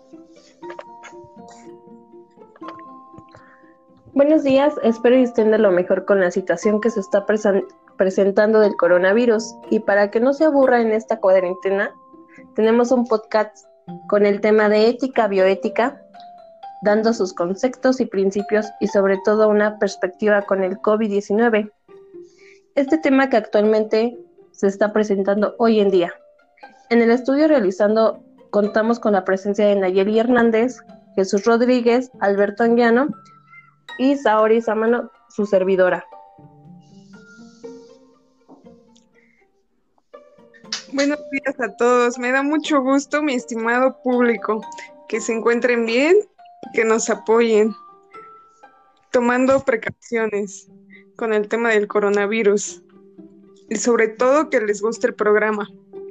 Buenos días, espero que estén de lo mejor con la situación que se está presentando del coronavirus. Y para que no se aburra en esta cuarentena, tenemos un podcast con el tema de ética, bioética, dando sus conceptos y principios y sobre todo una perspectiva con el COVID-19. Este tema que actualmente se está presentando hoy en día. En el estudio realizando contamos con la presencia de Nayeli Hernández, Jesús Rodríguez, Alberto Anguiano y Saori Samano, su servidora. Buenos días a todos. Me da mucho gusto, mi estimado público, que se encuentren bien y que nos apoyen, tomando precauciones con el tema del coronavirus y sobre todo que les guste el programa.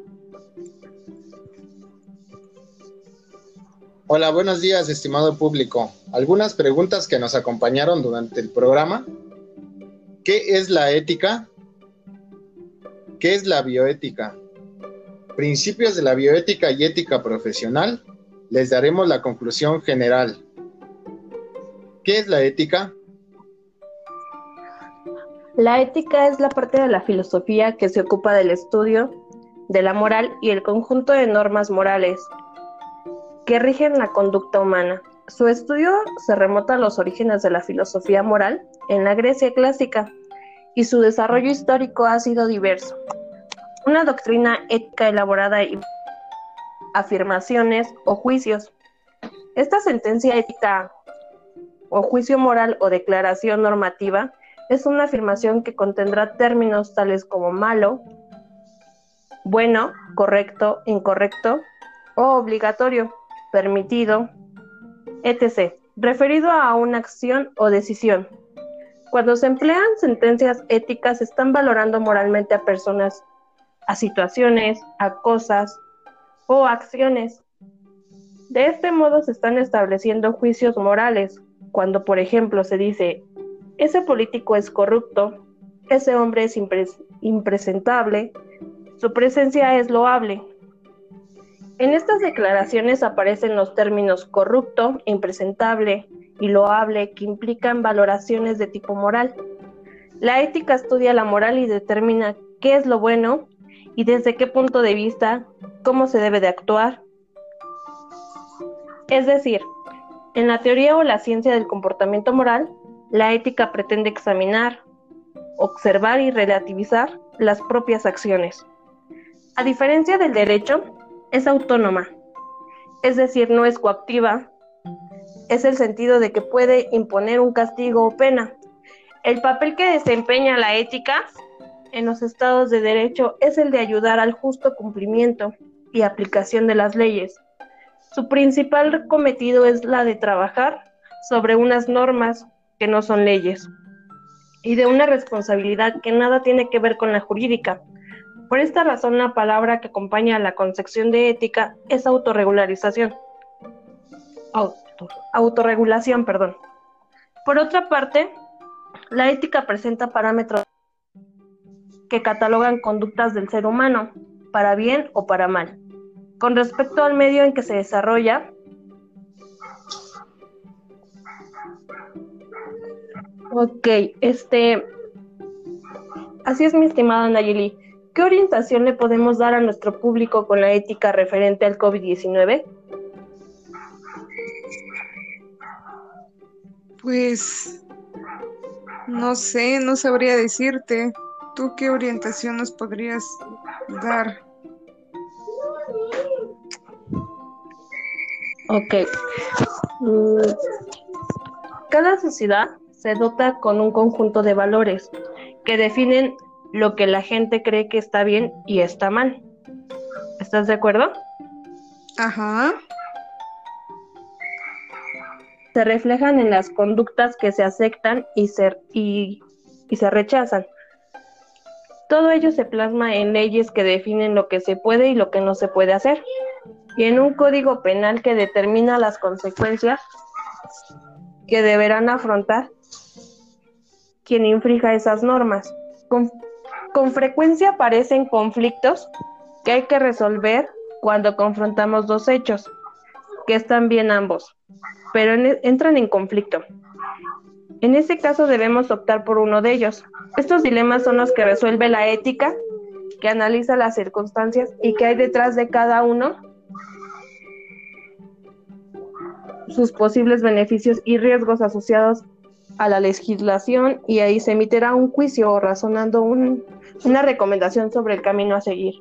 Hola, buenos días, estimado público. Algunas preguntas que nos acompañaron durante el programa. ¿Qué es la ética? ¿Qué es la bioética? Principios de la bioética y ética profesional. Les daremos la conclusión general. ¿Qué es la ética? La ética es la parte de la filosofía que se ocupa del estudio de la moral y el conjunto de normas morales que rigen la conducta humana. Su estudio se remonta a los orígenes de la filosofía moral en la Grecia clásica y su desarrollo histórico ha sido diverso. Una doctrina ética elaborada y afirmaciones o juicios. Esta sentencia ética o juicio moral o declaración normativa es una afirmación que contendrá términos tales como malo, bueno, correcto, incorrecto o obligatorio, permitido, etc., referido a una acción o decisión. Cuando se emplean sentencias éticas, se están valorando moralmente a personas, a situaciones, a cosas o acciones. De este modo se están estableciendo juicios morales, cuando por ejemplo se dice, ese político es corrupto, ese hombre es impresentable, su presencia es loable. En estas declaraciones aparecen los términos corrupto, impresentable y loable que implican valoraciones de tipo moral. La ética estudia la moral y determina qué es lo bueno y desde qué punto de vista, cómo se debe de actuar. Es decir, en la teoría o la ciencia del comportamiento moral, la ética pretende examinar, observar y relativizar las propias acciones. A diferencia del derecho, es autónoma, es decir, no es coactiva, es el sentido de que puede imponer un castigo o pena. El papel que desempeña la ética en los estados de derecho es el de ayudar al justo cumplimiento y aplicación de las leyes. Su principal cometido es la de trabajar sobre unas normas que no son leyes y de una responsabilidad que nada tiene que ver con la jurídica. Por esta razón, la palabra que acompaña a la concepción de ética es autorregulación. Por otra parte, la ética presenta parámetros que catalogan conductas del ser humano, para bien o para mal, con respecto al medio en que se desarrolla. Así es, mi estimada Nayeli. ¿Qué orientación le podemos dar a nuestro público con la ética referente al COVID-19? Pues, no sé, no sabría decirte. ¿Tú qué orientación nos podrías dar? Cada sociedad se dota con un conjunto de valores que definen lo que la gente cree que está bien y está mal. ¿Estás de acuerdo? Ajá. Se reflejan en las conductas que se aceptan y se rechazan. Todo ello se plasma en leyes que definen lo que se puede y lo que no se puede hacer, y en un código penal que determina las consecuencias que deberán afrontar quien infrinja esas normas. Con frecuencia aparecen conflictos que hay que resolver cuando confrontamos dos hechos. que están bien ambos, pero entran en conflicto. En ese caso debemos optar por uno de ellos. Estos dilemas son los que resuelve la ética, que analiza las circunstancias y que hay detrás de cada uno, sus posibles beneficios y riesgos asociados a la legislación, y ahí se emitirá un juicio o razonando una recomendación sobre el camino a seguir.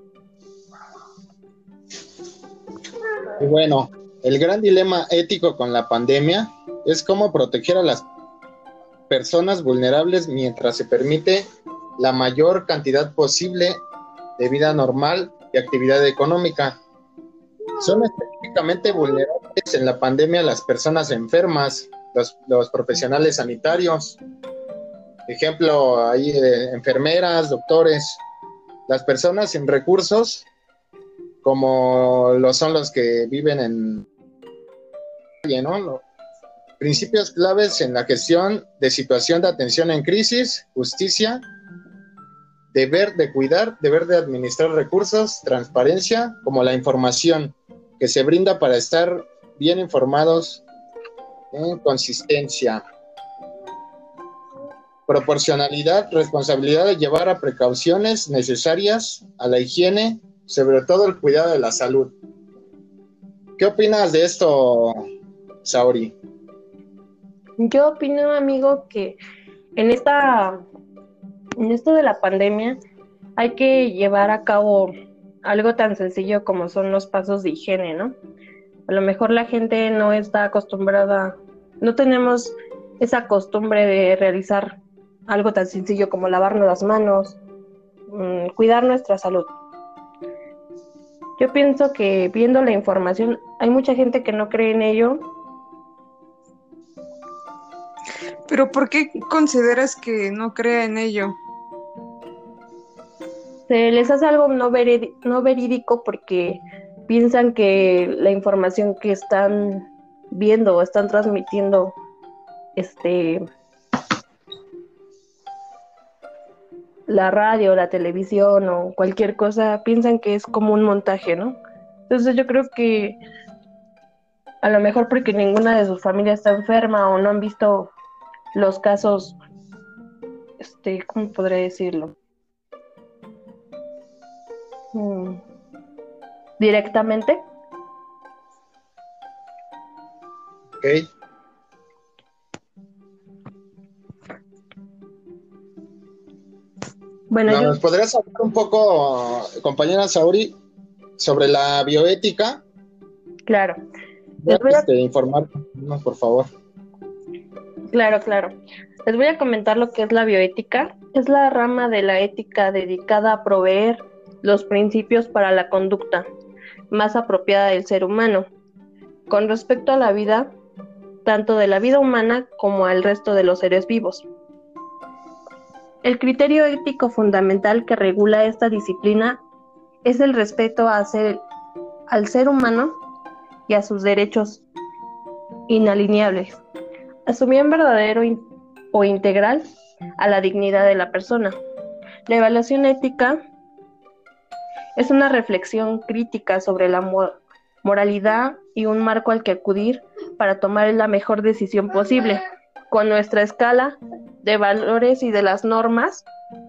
Y bueno, el gran dilema ético con la pandemia es cómo proteger a las personas vulnerables mientras se permite la mayor cantidad posible de vida normal y actividad económica. Son específicamente vulnerables en la pandemia las personas enfermas, los profesionales sanitarios, ejemplo, hay enfermeras, doctores, las personas sin recursos, como lo son los que viven en calle, ¿no? Principios claves en la gestión de situación de atención en crisis, justicia, deber de cuidar, deber de administrar recursos, transparencia, como la información que se brinda para estar bien informados en consistencia. Proporcionalidad, responsabilidad de llevar a precauciones necesarias a la higiene, sobre todo el cuidado de la salud. ¿Qué opinas de esto, Saori? Yo opino, amigo, que en esto de la pandemia hay que llevar a cabo algo tan sencillo como son los pasos de higiene, ¿no? A lo mejor la gente no está acostumbrada, no tenemos esa costumbre de realizar algo tan sencillo como lavarnos las manos, cuidar nuestra salud. Yo pienso que viendo la información, hay mucha gente que no cree en ello. ¿Pero por qué consideras que no crea en ello? Se les hace algo no verídico porque piensan que la información que están viendo o están transmitiendo la radio, la televisión o cualquier cosa, piensan que es como un montaje, ¿no? Entonces yo creo que a lo mejor porque ninguna de sus familias está enferma o no han visto los casos, ¿cómo podría decirlo? Directamente. Ok. Bueno, ¿Nos podrías hablar un poco, compañera Saori, sobre la bioética? Claro. Informarnos, por favor. Claro. Les voy a comentar lo que es la bioética. Es la rama de la ética dedicada a proveer los principios para la conducta más apropiada del ser humano, con respecto a la vida, tanto de la vida humana como al resto de los seres vivos. El criterio ético fundamental que regula esta disciplina es el respeto al ser humano y a sus derechos inalienables, asumir verdadero o integral a la dignidad de la persona. La evaluación ética es una reflexión crítica sobre la moralidad y un marco al que acudir para tomar la mejor decisión posible, con nuestra escala de valores y de las normas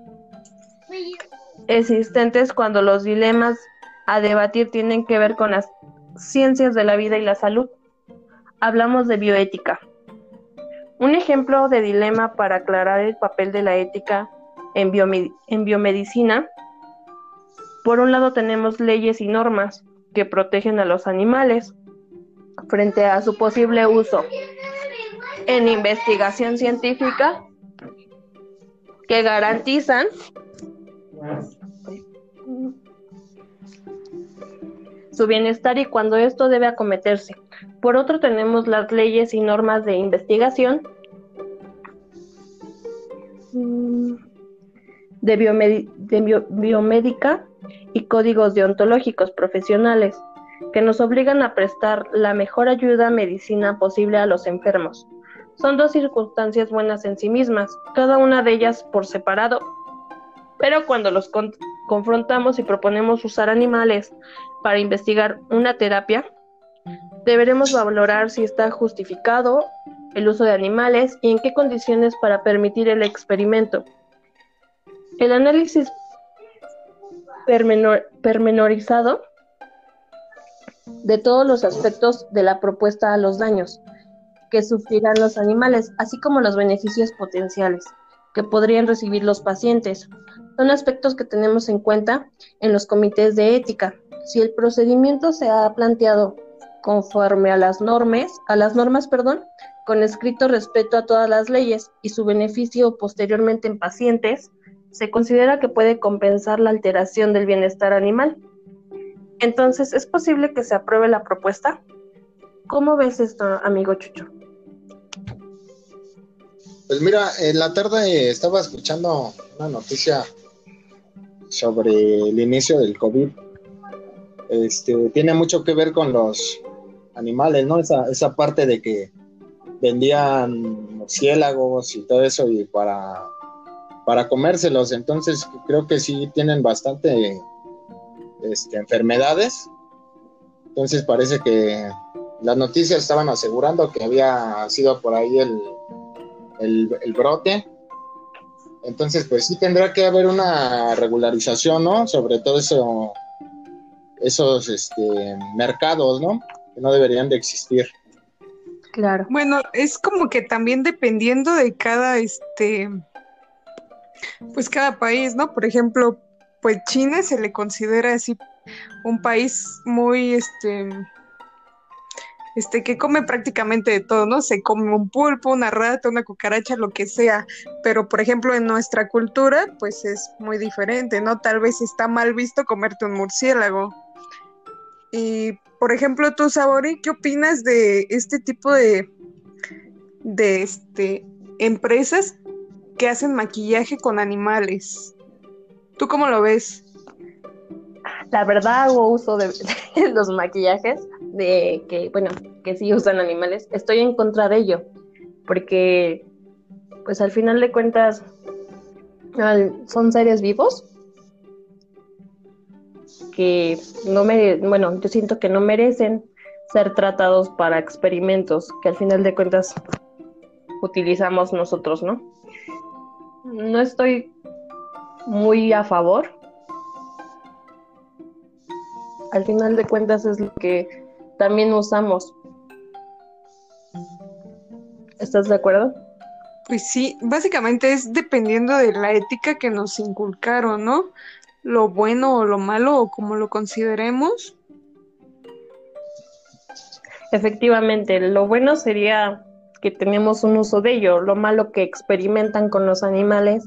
existentes cuando los dilemas a debatir tienen que ver con las ciencias de la vida y la salud. Hablamos de bioética. Un ejemplo de dilema para aclarar el papel de la ética en biomedicina. Por un lado tenemos leyes y normas que protegen a los animales frente a su posible uso en investigación científica, que garantizan su bienestar y cuando esto debe acometerse. Por otro tenemos las leyes y normas de investigación de biomédica y códigos deontológicos profesionales que nos obligan a prestar la mejor ayuda medicina posible a los enfermos. Son dos circunstancias buenas en sí mismas, cada una de ellas por separado, pero cuando los confrontamos y proponemos usar animales para investigar una terapia, Deberemos valorar si está justificado el uso de animales y en qué condiciones para permitir el experimento. El análisis pormenorizado de todos los aspectos de la propuesta a los daños que sufrirán los animales, así como los beneficios potenciales que podrían recibir los pacientes. Son aspectos que tenemos en cuenta en los comités de ética. Si el procedimiento se ha planteado conforme a las normas, con escrito respeto a todas las leyes y su beneficio posteriormente en pacientes, se considera que puede compensar la alteración del bienestar animal. Entonces, ¿es posible que se apruebe la propuesta? ¿Cómo ves esto, amigo Chucho? Pues mira, en la tarde estaba escuchando una noticia sobre el inicio del COVID. Tiene mucho que ver con los animales, ¿no? Esa parte de que vendían murciélagos y todo eso y para comérselos. Entonces creo que sí tienen bastante enfermedades. Entonces parece que las noticias estaban asegurando que había sido por ahí el brote. Entonces pues sí tendrá que haber una regularización, ¿no? Sobre todo esos mercados, ¿no? Que no deberían de existir. Claro. Bueno, es como que también dependiendo de cada, pues cada país, ¿no? Por ejemplo, pues China se le considera así un país muy, que come prácticamente de todo, ¿no? Se come un pulpo, una rata, una cucaracha, lo que sea. Pero, por ejemplo, en nuestra cultura, pues es muy diferente, ¿no? Tal vez está mal visto comerte un murciélago. Y, por ejemplo, tú, Sabori, ¿qué opinas de este tipo de empresas que hacen maquillaje con animales? ¿Tú cómo lo ves? La verdad hago uso de los maquillajes que sí usan animales. Estoy en contra de ello, porque pues al final de cuentas son seres vivos que yo siento que no merecen ser tratados para experimentos que al final de cuentas utilizamos nosotros, ¿no? No estoy muy a favor. Al final de cuentas es lo que también usamos. ¿Estás de acuerdo? Pues sí, básicamente es dependiendo de la ética que nos inculcaron, ¿no? Lo bueno o lo malo o como lo consideremos. Efectivamente, lo bueno sería que tenemos un uso de ello, lo malo que experimentan con los animales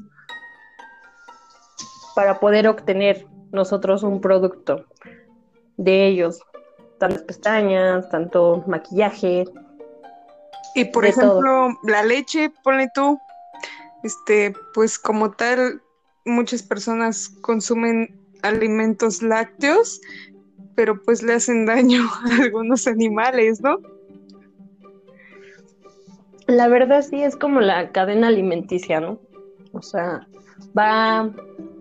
para poder obtener nosotros un producto de ellos, tantas pestañas, tanto maquillaje, Y por de ejemplo, todo. la leche, ponle tú, pues como tal, muchas personas consumen alimentos lácteos, pero pues le hacen daño a algunos animales, ¿no? La verdad sí es como la cadena alimenticia, ¿no? O sea, va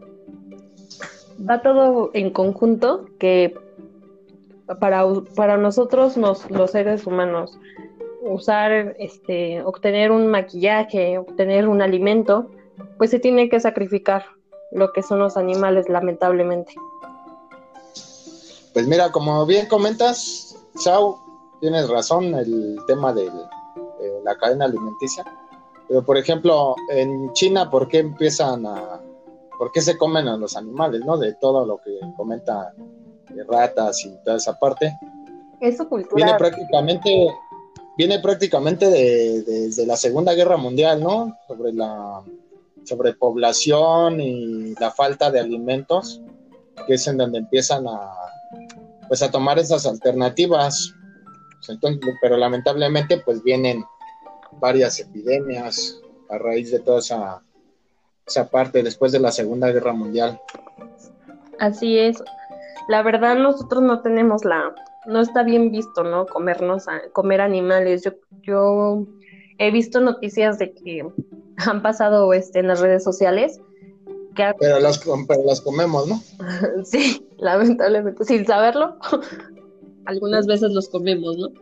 todo en conjunto que para nosotros los seres humanos obtener un maquillaje, obtener un alimento, pues se tiene que sacrificar lo que son los animales, lamentablemente. Pues mira, como bien comentas, Sau, tienes razón, el tema de la cadena alimenticia. Pero, por ejemplo, en China, ¿por qué se comen a los animales, ¿no? De todo lo que comenta de ratas y toda esa parte. Es su cultura. Viene prácticamente desde la Segunda Guerra Mundial, ¿no? Sobre la sobrepoblación y la falta de alimentos, que es en donde empiezan a tomar esas alternativas. Entonces, pero lamentablemente pues vienen varias epidemias a raíz de toda esa parte después de la Segunda Guerra Mundial. Así es. La verdad nosotros no tenemos no está bien visto, ¿no? Comer animales. Yo he visto noticias de que han pasado en las redes sociales pero las comemos, ¿no? Sí, lamentablemente, sin saberlo. algunas veces los comemos, ¿no?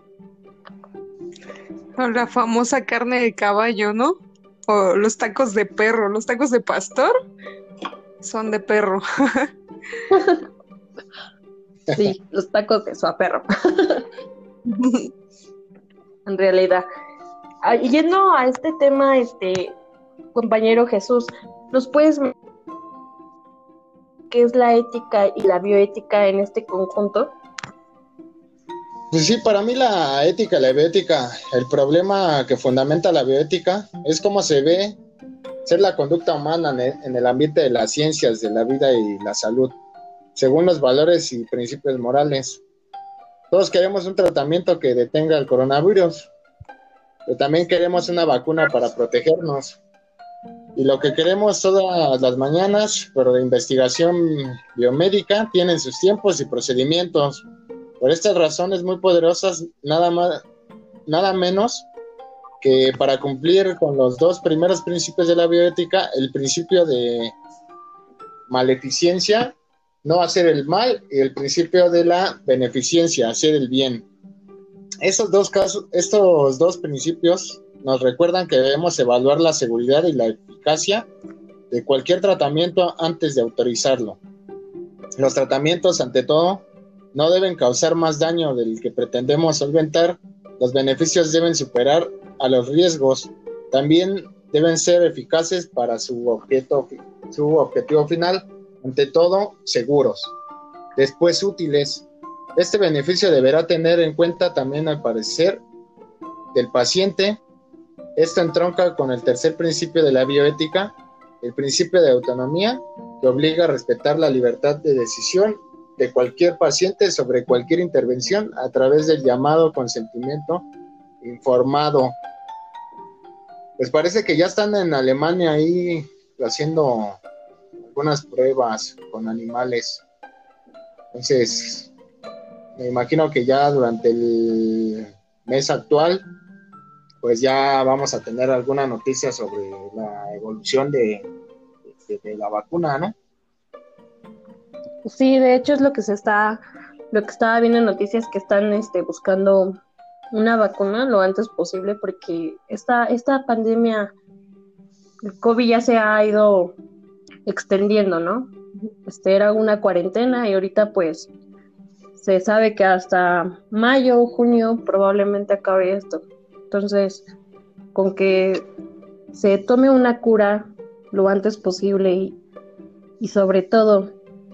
O la famosa carne de caballo, ¿no? O los tacos de perro, los tacos de pastor son de perro. Sí, los tacos de suaperro, en realidad. Yendo a este tema, compañero Jesús, ¿nos puedes qué es la ética y la bioética en este conjunto? Pues sí, para mí la ética y la bioética, el problema que fundamenta la bioética es cómo se ve ser la conducta humana en el ambiente de las ciencias, de la vida y la salud, según los valores y principios morales. Todos queremos un tratamiento que detenga el coronavirus, pero también queremos una vacuna para protegernos. Y lo que queremos todas las mañanas, pero la investigación biomédica tienen sus tiempos y procedimientos. Por estas razones muy poderosas, nada menos que para cumplir con los dos primeros principios de la bioética, el principio de maleficencia, no hacer el mal, y el principio de la beneficencia, hacer el bien. Estos dos principios nos recuerdan que debemos evaluar la seguridad y la eficacia de cualquier tratamiento antes de autorizarlo. Los tratamientos, ante todo, no deben causar más daño del que pretendemos solventar. Los beneficios deben superar a los riesgos. También deben ser eficaces para su objetivo final. Ante todo, seguros. Después, útiles. Este beneficio deberá tener en cuenta también el parecer del paciente. Esto entronca con el tercer principio de la bioética, el principio de autonomía, que obliga a respetar la libertad de decisión de cualquier paciente sobre cualquier intervención a través del llamado consentimiento informado. Pues parece que ya están en Alemania ahí haciendo algunas pruebas con animales. Entonces, me imagino que ya durante el mes actual, pues ya vamos a tener alguna noticia sobre la evolución de la vacuna, ¿no? Sí, de hecho es lo que estaba viendo en noticias, que están buscando una vacuna lo antes posible, porque esta pandemia, el COVID ya se ha ido extendiendo, ¿no? Era una cuarentena y ahorita pues se sabe que hasta mayo o junio probablemente acabe esto. Entonces, con que se tome una cura lo antes posible y sobre todo,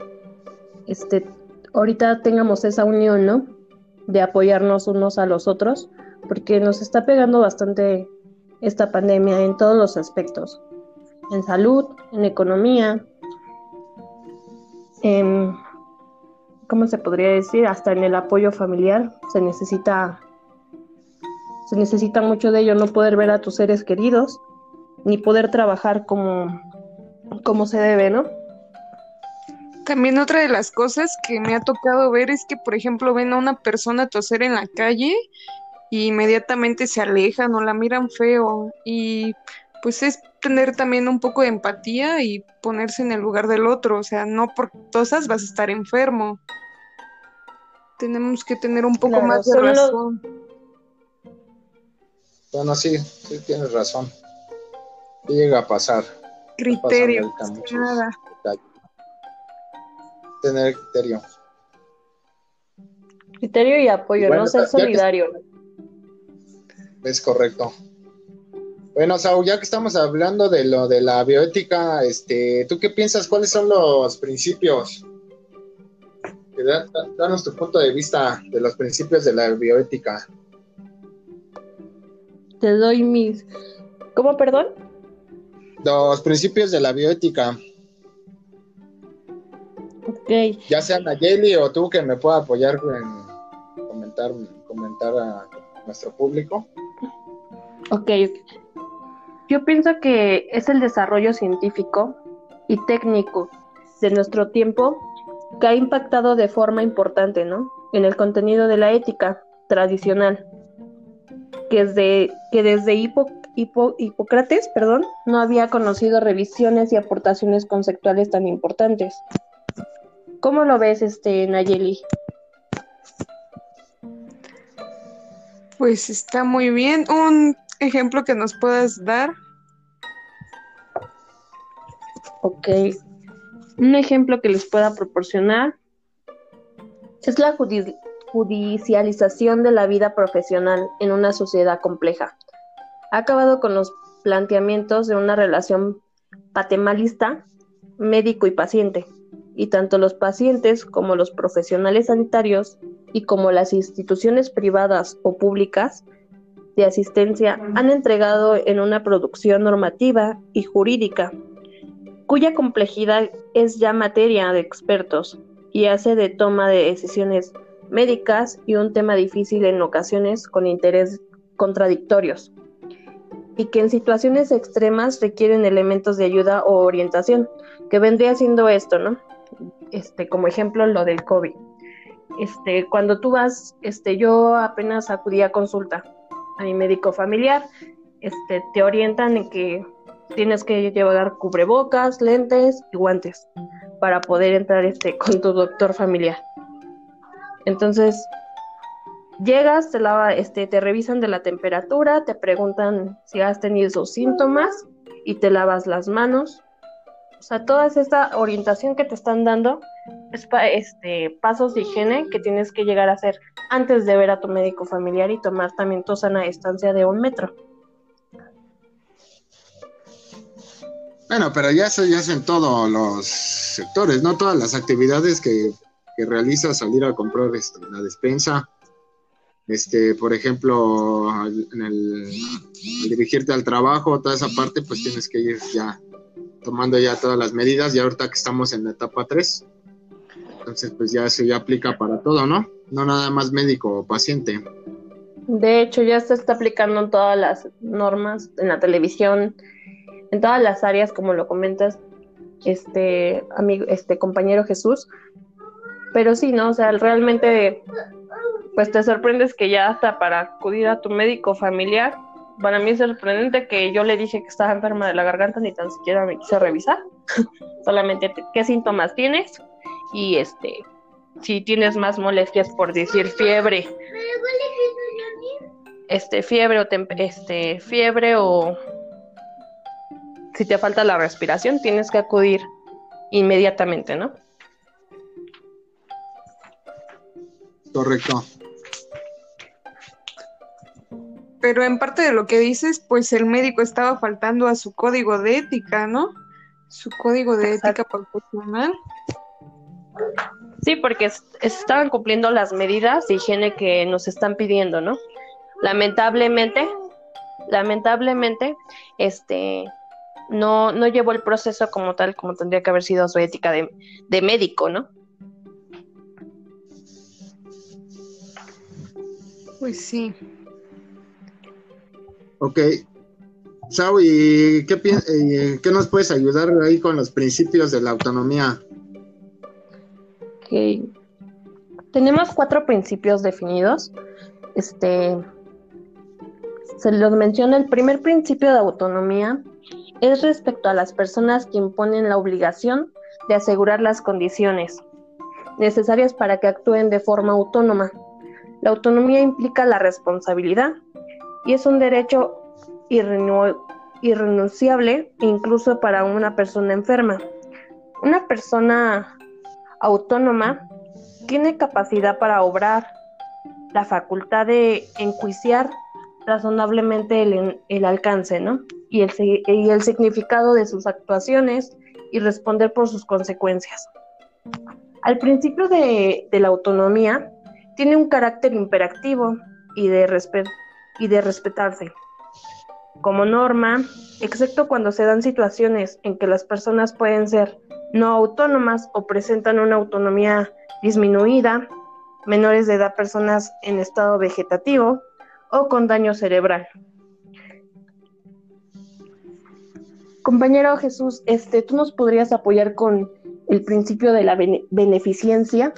ahorita tengamos esa unión, ¿no? De apoyarnos unos a los otros, porque nos está pegando bastante esta pandemia en todos los aspectos, en salud, en economía, en, ¿cómo se podría decir? Hasta en el apoyo familiar se necesita mucho de ello, no poder ver a tus seres queridos, ni poder trabajar como se debe, ¿no? También otra de las cosas que me ha tocado ver es que, por ejemplo, ven a una persona toser en la calle y inmediatamente se alejan o la miran feo. Y pues es tener también un poco de empatía y ponerse en el lugar del otro. O sea, no por tosas vas a estar enfermo. Tenemos que tener un poco más de razón. Bueno, sí tienes razón. ¿Qué llega a pasar? Criterio, nada. Tener criterio. Criterio y apoyo, bueno, no ser solidario. Es correcto. Bueno, Saúl, ya que estamos hablando de lo de la bioética, ¿tú qué piensas? ¿Cuáles son los principios? Danos tu punto de vista de los principios de la bioética. Te doy mis... ¿Cómo, perdón? Los principios de la bioética. Okay. Ya sea Nayeli o tú que me pueda apoyar en comentar a nuestro público. Okay. Yo pienso que es el desarrollo científico y técnico de nuestro tiempo que ha impactado de forma importante, ¿no? En el contenido de la ética tradicional, que desde Hipócrates, no había conocido revisiones y aportaciones conceptuales tan importantes. ¿Cómo lo ves, Nayeli? Pues está muy bien. Un ejemplo que nos puedas dar. Ok, un ejemplo que les pueda proporcionar es la judicialización de la vida profesional en una sociedad compleja. Ha acabado con los planteamientos de una relación paterналista, médico y paciente, y tanto los pacientes como los profesionales sanitarios y como las instituciones privadas o públicas de asistencia han entregado en una producción normativa y jurídica, cuya complejidad es ya materia de expertos y hace de toma de decisiones médicas y un tema difícil en ocasiones con intereses contradictorios, y que en situaciones extremas requieren elementos de ayuda o orientación, que vendría siendo esto, ¿no? Como ejemplo lo del COVID. Cuando tú vas, yo apenas acudí a consulta a mi médico familiar, te orientan en que tienes que llevar cubrebocas, lentes y guantes para poder entrar con tu doctor familiar. Entonces, llegas, te revisan de la temperatura, te preguntan si has tenido esos síntomas y te lavas las manos. O sea, toda esta orientación que te están dando es pasos de higiene que tienes que llegar a hacer antes de ver a tu médico familiar y tomar también tu sana distancia de 1 metro. Bueno, pero ya eso ya es en todos los sectores, ¿no? Todas las actividades que realizas, salir a comprar la despensa, por ejemplo, al dirigirte al trabajo, toda esa parte, pues tienes que ir ya tomando ya todas las medidas, y ahorita que estamos en la etapa 3, entonces pues ya eso ya aplica para todo, ¿no? No nada más médico o paciente. De hecho, ya se está aplicando en todas las normas, en la televisión, en todas las áreas, como lo comentas, amigo, compañero Jesús. Pero sí, ¿no? O sea, realmente, pues te sorprendes que ya hasta para acudir a tu médico familiar, para mí es sorprendente que yo le dije que estaba enferma de la garganta, ni tan siquiera me quise revisar. Solamente qué síntomas tienes y si tienes más molestias, por decir fiebre, fiebre o si te falta la respiración, tienes que acudir inmediatamente, ¿no? Correcto. Pero en parte de lo que dices, pues el médico estaba faltando a su código de ética, ¿no? Su código de ética profesional. Sí, porque estaban cumpliendo las medidas de higiene que nos están pidiendo, ¿no? Lamentablemente, no llevó el proceso como tal, como tendría que haber sido su ética de médico, ¿no? Pues sí. Ok. Sau, ¿y qué nos puedes ayudar ahí con los principios de la autonomía? Okay. Tenemos 4 principios definidos. Se los menciona. El primer principio de autonomía es respecto a las personas que imponen la obligación de asegurar las condiciones necesarias para que actúen de forma autónoma. La autonomía implica la responsabilidad y es un derecho irrenunciable incluso para una persona enferma. Una persona autónoma tiene capacidad para obrar, la facultad de enjuiciar razonablemente el alcance, ¿no? Y el significado de sus actuaciones y responder por sus consecuencias. Al principio de la autonomía tiene un carácter imperativo y de respetarse como norma, excepto cuando se dan situaciones en que las personas pueden ser no autónomas o presentan una autonomía disminuida, menores de edad, personas en estado vegetativo o con daño cerebral. Compañero Jesús, ¿tú nos podrías apoyar con el principio de la beneficencia?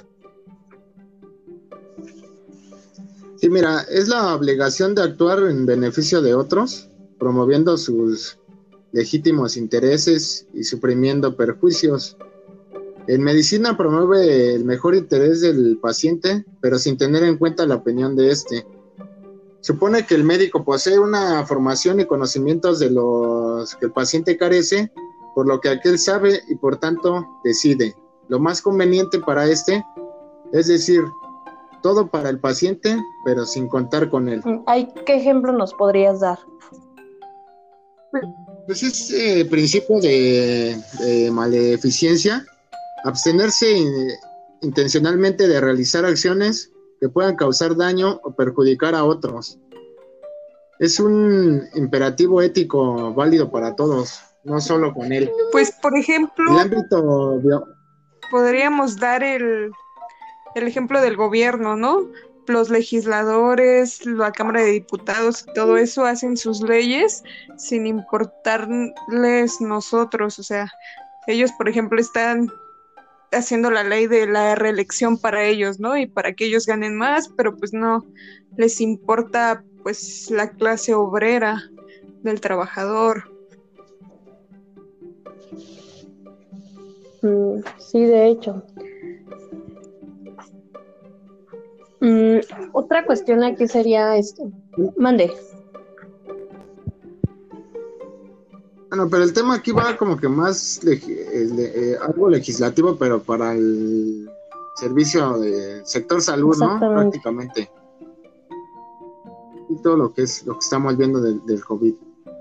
Sí, mira, es la obligación de actuar en beneficio de otros, promoviendo sus legítimos intereses y suprimiendo perjuicios. En medicina promueve el mejor interés del paciente, pero sin tener en cuenta la opinión de éste. Supone que el médico posee una formación y conocimientos de los que el paciente carece, por lo que aquel sabe y por tanto decide. Lo más conveniente para este, es decir, todo para el paciente, pero sin contar con él. ¿Qué ejemplo nos podrías dar? Pues es principio de maleficencia, abstenerse intencionalmente de realizar acciones que puedan causar daño o perjudicar a otros. Es un imperativo ético válido para todos, no solo con él. Pues, por ejemplo, El ámbito podríamos dar el ejemplo del gobierno, ¿no? Los legisladores, la Cámara de Diputados, todo eso hacen sus leyes sin importarles nosotros. O sea, ellos, por ejemplo, están haciendo la ley de la reelección para ellos, ¿no? Y para que ellos ganen más, pero pues no les importa pues la clase obrera del trabajador. Sí, de hecho. Otra cuestión aquí sería mande. Bueno, pero el tema aquí va como que más algo legislativo, pero para el servicio del sector salud, ¿no? Prácticamente. Y todo lo que estamos viendo del COVID.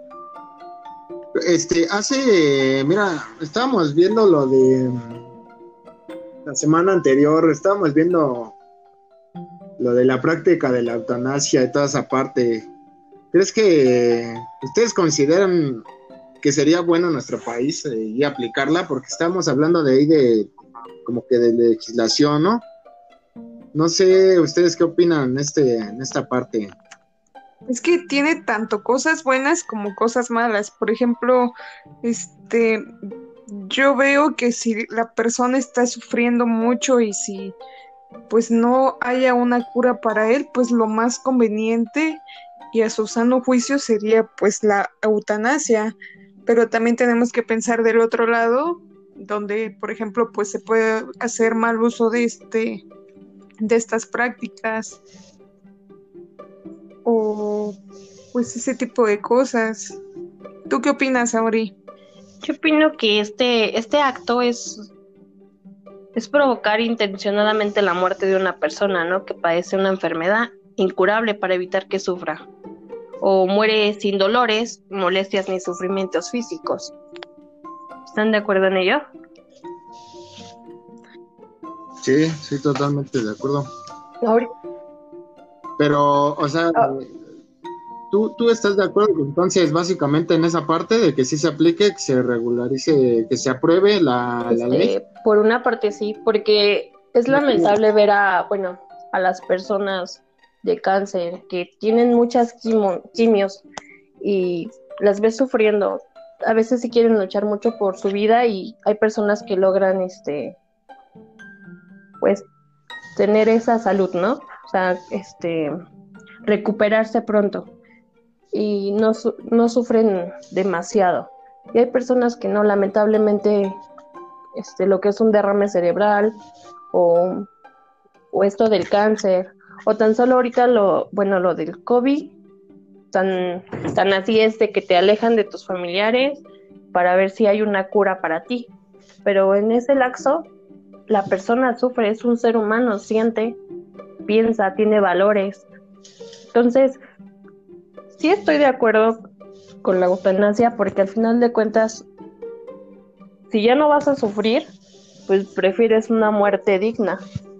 Mira, estábamos viendo lo de la semana anterior, estábamos viendo lo de la práctica de la eutanasia y toda esa parte. ¿Crees que ustedes consideran que sería bueno en nuestro país y aplicarla? Porque estamos hablando de ahí como que de legislación, ¿no? No sé, ¿ustedes qué opinan en esta parte? Es que tiene tanto cosas buenas como cosas malas. Por ejemplo, yo veo que si la persona está sufriendo mucho y si pues no haya una cura para él, pues lo más conveniente y a su sano juicio sería pues la eutanasia. Pero también tenemos que pensar del otro lado, donde por ejemplo pues se puede hacer mal uso de estas prácticas o pues ese tipo de cosas. ¿Tú qué opinas, Auri? Yo opino que este acto es provocar intencionadamente la muerte de una persona, ¿no? Que padece una enfermedad incurable para evitar que sufra. O muere sin dolores, molestias ni sufrimientos físicos. ¿Están de acuerdo en ello? Sí, totalmente de acuerdo. Ahorita. Pero, o sea, ¿tú estás de acuerdo entonces básicamente en esa parte de que sí se aplique, que se regularice, que se apruebe la ley? Por una parte sí, porque es lamentable ver a las personas de cáncer que tienen muchas quimios y las ves sufriendo. A veces sí quieren luchar mucho por su vida y hay personas que logran pues tener esa salud, ¿no? O sea, recuperarse pronto y no sufren demasiado. Y hay personas que no, lamentablemente, lo que es un derrame cerebral o esto del cáncer, o tan solo ahorita lo del COVID, tan así es de que te alejan de tus familiares para ver si hay una cura para ti. Pero en ese lapso, la persona sufre, es un ser humano, siente, piensa, tiene valores. Entonces, sí estoy de acuerdo con la eutanasia porque al final de cuentas, si ya no vas a sufrir, pues prefieres una muerte digna.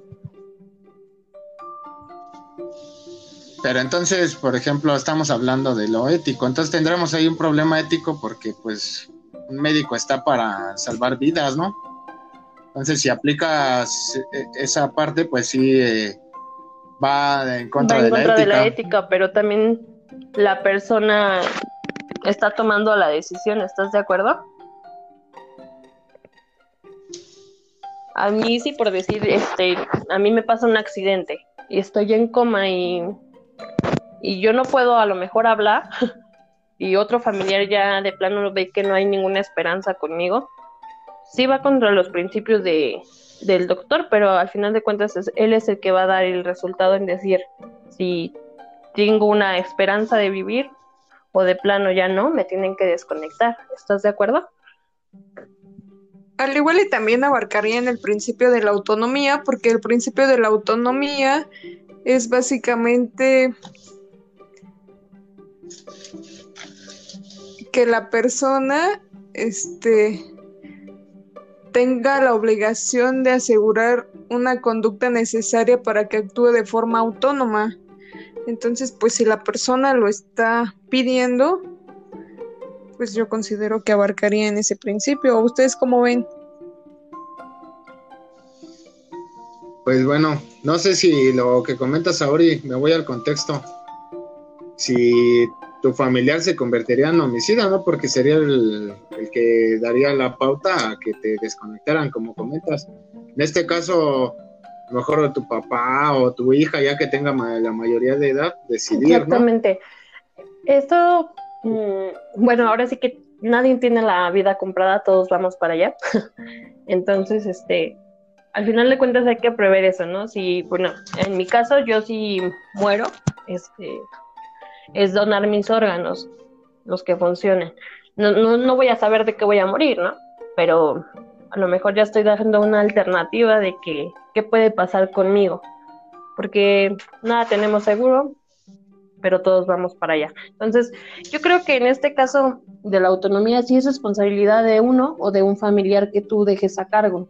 Pero entonces, por ejemplo, estamos hablando de lo ético, entonces tendremos ahí un problema ético porque pues un médico está para salvar vidas, ¿no? Entonces, si aplicas esa parte, pues sí va en contra de la ética, pero también la persona está tomando la decisión, ¿estás de acuerdo? A mí sí, por decir, a mí me pasa un accidente y estoy en coma y yo no puedo a lo mejor hablar y otro familiar ya de plano ve que no hay ninguna esperanza conmigo. Sí va contra los principios del doctor, pero al final de cuentas él es el que va a dar el resultado en decir si tengo una esperanza de vivir o de plano ya no, me tienen que desconectar. ¿Estás de acuerdo? Al igual y también abarcaría en el principio de la autonomía, porque el principio de la autonomía es básicamente que la persona tenga la obligación de asegurar una conducta necesaria para que actúe de forma autónoma. Entonces, pues si la persona lo está pidiendo, pues yo considero que abarcaría en ese principio. ¿Ustedes cómo ven? Pues bueno, no sé si lo que comentas ahora, y me voy al contexto, si tu familiar se convertiría en homicida, ¿no? Porque sería el que daría la pauta a que te desconectaran, como comentas. En este caso, a lo mejor tu papá o tu hija, ya que tenga la mayoría de edad, decidir, ¿no? Exactamente. Esto, bueno, ahora sí que nadie tiene la vida comprada, todos vamos para allá. Entonces, al final de cuentas hay que prever eso, ¿no? Si, bueno, en mi caso, yo si muero, es donar mis órganos, los que funcionen. No voy a saber de qué voy a morir, ¿no? Pero a lo mejor ya estoy dando una alternativa de qué puede pasar conmigo, porque nada tenemos seguro, pero todos vamos para allá. Entonces, yo creo que en este caso de la autonomía sí es responsabilidad de uno o de un familiar que tú dejes a cargo.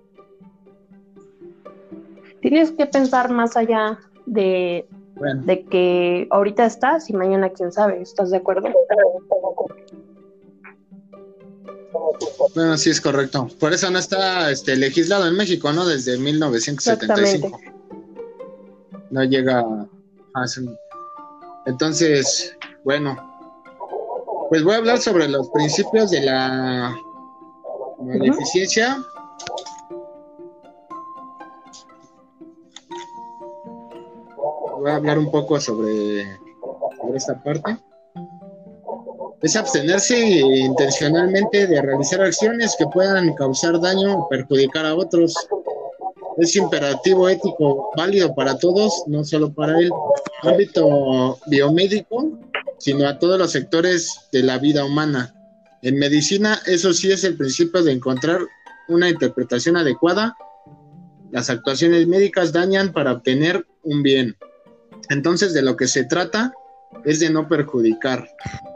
Tienes que pensar más allá de que ahorita estás y mañana quién sabe. ¿Estás de acuerdo? Bueno, sí es correcto. Por eso no está legislado en México, ¿no? Desde 1975. Exactamente. No llega a... Entonces, bueno, pues voy a hablar sobre los principios de la eficiencia. Voy a hablar un poco sobre esta parte. Es abstenerse intencionalmente de realizar acciones que puedan causar daño o perjudicar a otros. Es imperativo ético válido para todos, no solo para el ámbito biomédico, sino a todos los sectores de la vida humana. En medicina, eso sí es el principio de encontrar una interpretación adecuada. Las actuaciones médicas dañan para obtener un bien. Entonces, de lo que se trata es de no perjudicar.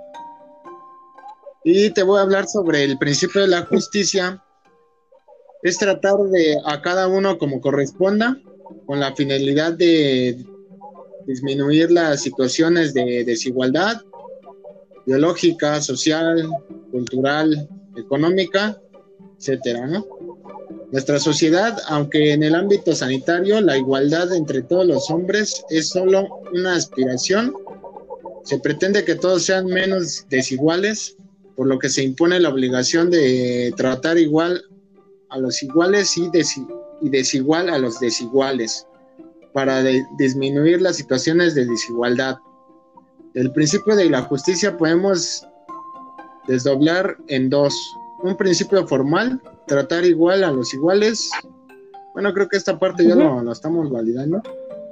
Y te voy a hablar sobre el principio de la justicia. Es tratar de a cada uno como corresponda, con la finalidad de disminuir las situaciones de desigualdad biológica, social, cultural, económica, etcétera, ¿no? Nuestra sociedad, aunque en el ámbito sanitario la igualdad entre todos los hombres es solo una aspiración, se pretende que todos sean menos desiguales, por lo que se impone la obligación de tratar igual a los iguales y desigual a los desiguales, para disminuir las situaciones de desigualdad. El principio de la justicia podemos desdoblar en dos. Un principio formal, tratar igual a los iguales. Bueno, creo que esta parte ya lo estamos validando.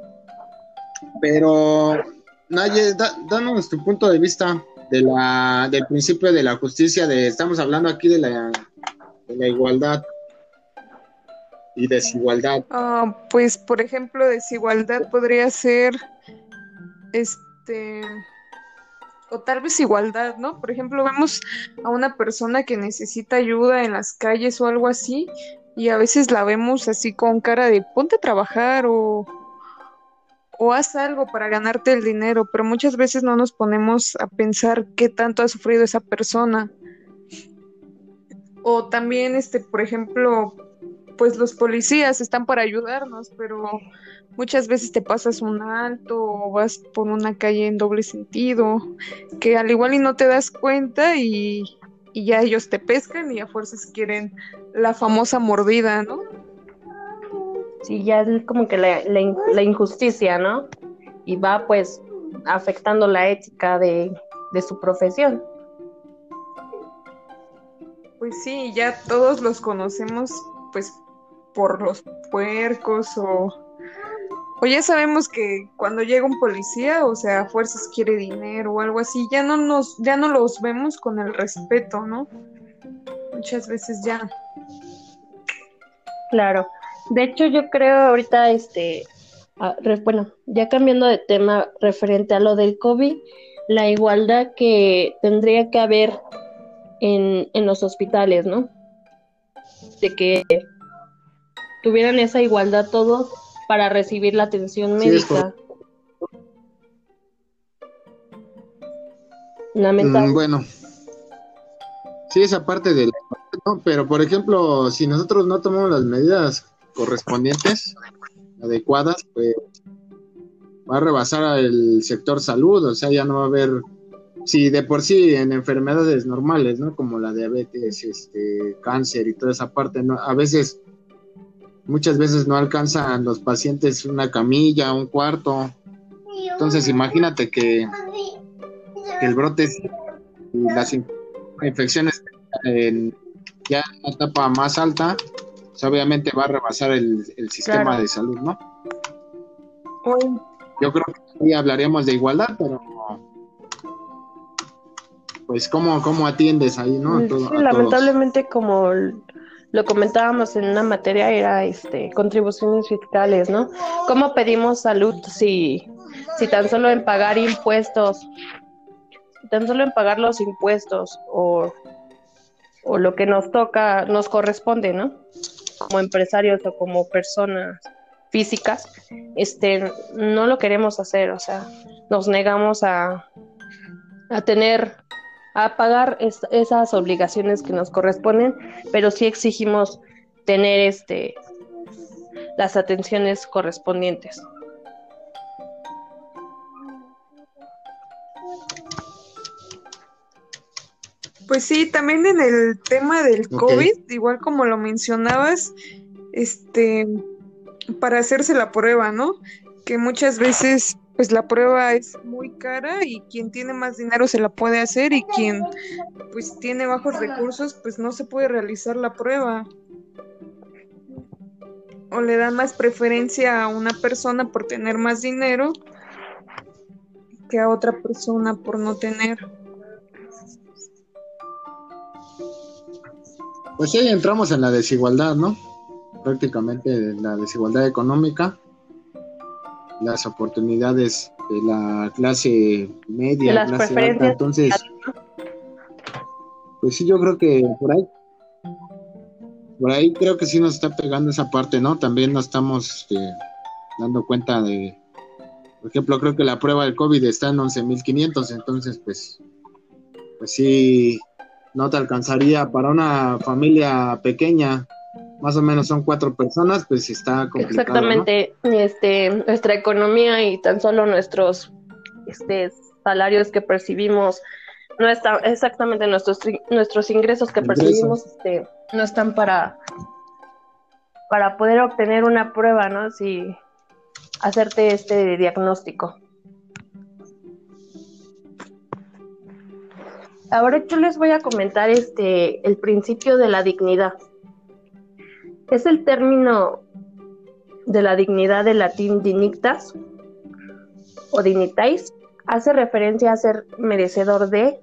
Pero, Naye, danos tu punto de vista del principio de la justicia. Estamos hablando aquí de la igualdad y desigualdad. Pues, por ejemplo, desigualdad podría ser, o tal vez igualdad, ¿no? Por ejemplo, vemos a una persona que necesita ayuda en las calles o algo así, y a veces la vemos así con cara de ponte a trabajar o haz algo para ganarte el dinero, pero muchas veces no nos ponemos a pensar qué tanto ha sufrido esa persona. O también, por ejemplo, pues los policías están para ayudarnos, pero muchas veces te pasas un alto o vas por una calle en doble sentido, que al igual y no te das cuenta y ya ellos te pescan y a fuerzas quieren la famosa mordida, ¿no? Sí, ya es como que la injusticia, ¿no? Y va pues afectando la ética de su profesión. Pues sí, ya todos los conocemos pues por los puercos O ya sabemos que cuando llega un policía, o sea, a fuerzas quiere dinero o algo así, ya no los vemos con el respeto, ¿no? Muchas veces ya. Claro. De hecho, yo creo ahorita, bueno, ya cambiando de tema referente a lo del COVID, la igualdad que tendría que haber en los hospitales, ¿no? De que tuvieran esa igualdad todos para recibir la atención Sí, es correcto. médica. Lamentable. Bueno, sí, esa parte del, ¿no? Pero por ejemplo, si nosotros no tomamos las medidas correspondientes, adecuadas, pues va a rebasar el sector salud, o sea, ya no va a haber, si de por sí en enfermedades normales, ¿no? Como la diabetes, cáncer y toda esa parte, ¿no? A veces, muchas veces no alcanzan los pacientes una camilla, un cuarto. Entonces, imagínate que el brote y las infecciones ya en una etapa más alta, pues obviamente va a rebasar el sistema Claro. de salud, ¿no? Uy, Yo creo que sí hablaríamos de igualdad, pero pues cómo atiendes ahí, ¿no? A, sí, a todos. lamentablemente, como lo comentábamos en una materia, era contribuciones fiscales, ¿no? ¿Cómo pedimos salud si tan solo en pagar impuestos, tan solo en pagar los impuestos o lo que nos toca, nos corresponde, ¿no? Como empresarios o como personas físicas, no lo queremos hacer, o sea, nos negamos a tener, a pagar esas obligaciones que nos corresponden, pero sí exigimos tener las atenciones correspondientes. Pues sí, también en el tema del Ok. COVID, igual como lo mencionabas, este, para hacerse la prueba, ¿no? Que muchas veces, pues la prueba es muy cara y quien tiene más dinero se la puede hacer y quien, pues tiene bajos recursos, pues no se puede realizar la prueba. O le dan más preferencia a una persona por tener más dinero que a otra persona por no tener. Pues sí, entramos en la desigualdad, ¿no? Prácticamente en la desigualdad económica, las oportunidades de la clase De media, las clase alta. preferencias, Entonces, pues sí, yo creo que por ahí creo que sí nos está pegando esa parte, ¿no? También nos estamos dando cuenta de, por ejemplo, creo que la prueba del COVID está en 11,500, entonces, pues sí, no te alcanzaría para una familia pequeña, más o menos son 4 personas, pues está complicado, ¿no? exactamente, nuestra economía y tan solo nuestros salarios que percibimos no están exactamente nuestros ingresos que percibimos Ingresos. no están para poder obtener una prueba, ¿no? Si hacerte este diagnóstico. Ahora yo les voy a comentar el principio de la dignidad. Es el término de la dignidad del latín dignitas o dignitais. Hace referencia a ser merecedor de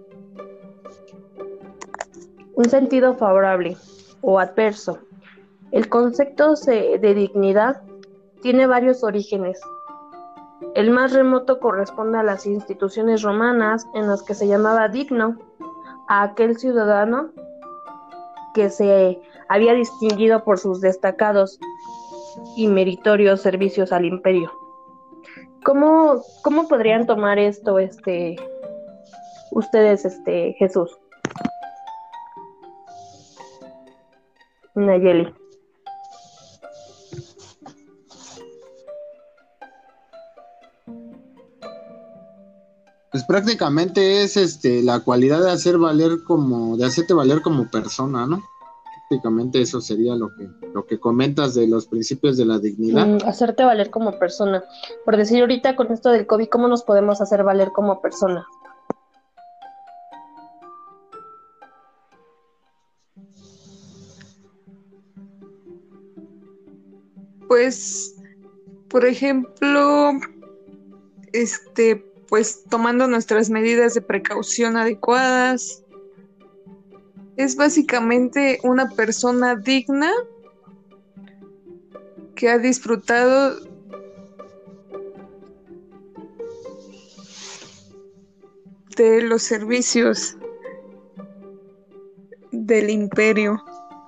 un sentido favorable o adverso. El concepto de dignidad tiene varios orígenes. El más remoto corresponde a las instituciones romanas en las que se llamaba digno a aquel ciudadano que se había distinguido por sus destacados y meritorios servicios al imperio. ¿Cómo podrían tomar esto ustedes, Jesús? Nayeli. Pues prácticamente es la cualidad de de hacerte valer como persona, ¿no? Prácticamente eso sería lo que comentas de los principios de la dignidad. Hacerte valer como persona. Por decir ahorita con esto del COVID, ¿cómo nos podemos hacer valer como persona? Pues Por ejemplo, pues tomando nuestras medidas de precaución adecuadas. Es básicamente una persona digna que ha disfrutado de los servicios del imperio.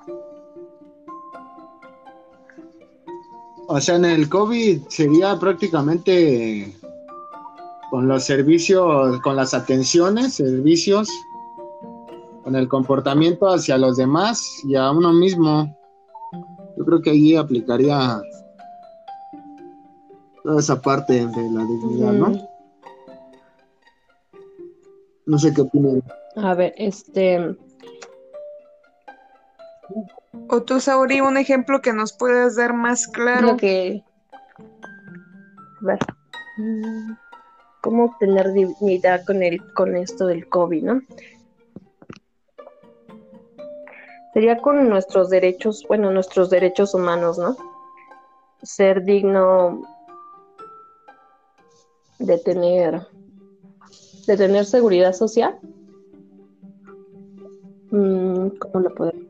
O sea, en el COVID sería prácticamente con los servicios, con las atenciones, servicios, con el comportamiento hacia los demás y a uno mismo. Yo creo que allí aplicaría toda esa parte de la dignidad, ¿no? No sé qué opinan. A ver, O tú, Sauri, un ejemplo que nos puedas dar más claro. lo que... A ver. ¿Cómo obtener dignidad con esto del COVID, no? Sería con nuestros derechos, bueno, nuestros derechos humanos, ¿no? Ser digno de tener seguridad social. ¿Cómo lo podemos?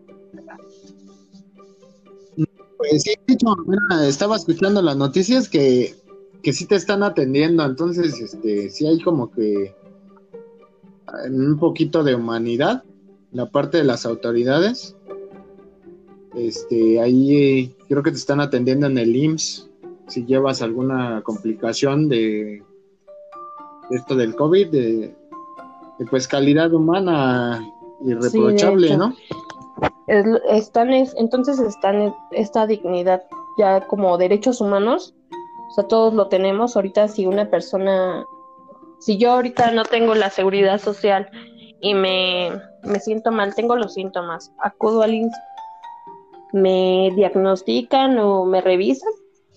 Pues sí, de hecho, mira, estaba escuchando las noticias que sí te están atendiendo, entonces sí hay como que un poquito de humanidad, la parte de las autoridades. Ahí creo que te están atendiendo en el IMSS si llevas alguna complicación de esto del COVID, de pues calidad humana irreprochable, sí, ¿no? Entonces están esta dignidad ya como derechos humanos, o sea, todos lo tenemos. Ahorita si yo ahorita no tengo la seguridad social y me siento mal, tengo los síntomas, acudo al IMSS, me diagnostican o me revisan.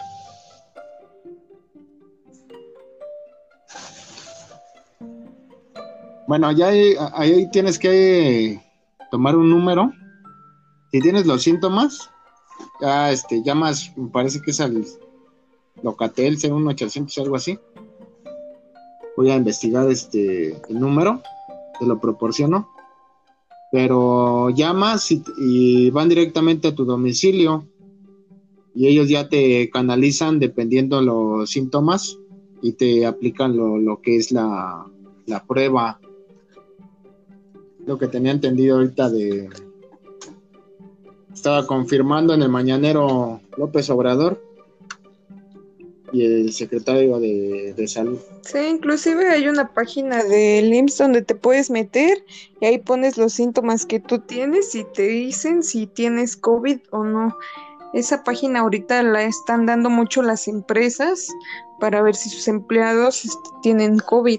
Bueno, ya ahí tienes que tomar un número. Si tienes los síntomas, ya llamas, me parece que es al Locatel 01800, algo así. Voy a investigar el número, te lo proporciono. Pero llamas y van directamente a tu domicilio y ellos ya te canalizan dependiendo los síntomas y te aplican lo que es la prueba. Lo que tenía entendido ahorita estaba confirmando en el mañanero López Obrador y el secretario de Salud. Sí, inclusive hay una página del IMSS donde te puedes meter y ahí pones los síntomas que tú tienes y te dicen si tienes COVID o no. Esa página ahorita la están dando mucho las empresas para ver si sus empleados tienen COVID.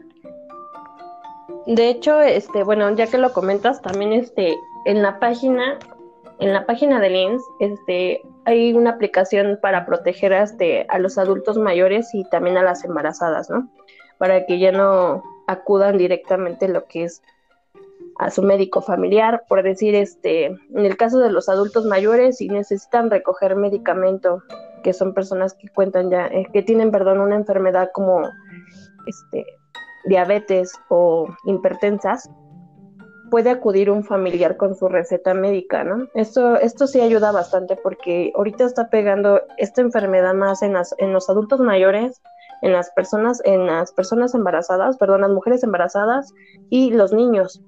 De hecho, bueno, ya que lo comentas, también en la página del IMSS, hay una aplicación para proteger a los adultos mayores y también a las embarazadas, ¿no? Para que ya no acudan directamente lo que es a su médico familiar, por decir, en el caso de los adultos mayores, si necesitan recoger medicamento, que son personas que cuentan ya, que tienen, una enfermedad como, diabetes o hipertensas, puede acudir un familiar con su receta médica, ¿no? Esto sí ayuda bastante porque ahorita está pegando esta enfermedad más en los adultos mayores, en las personas embarazadas, las mujeres embarazadas y los niños.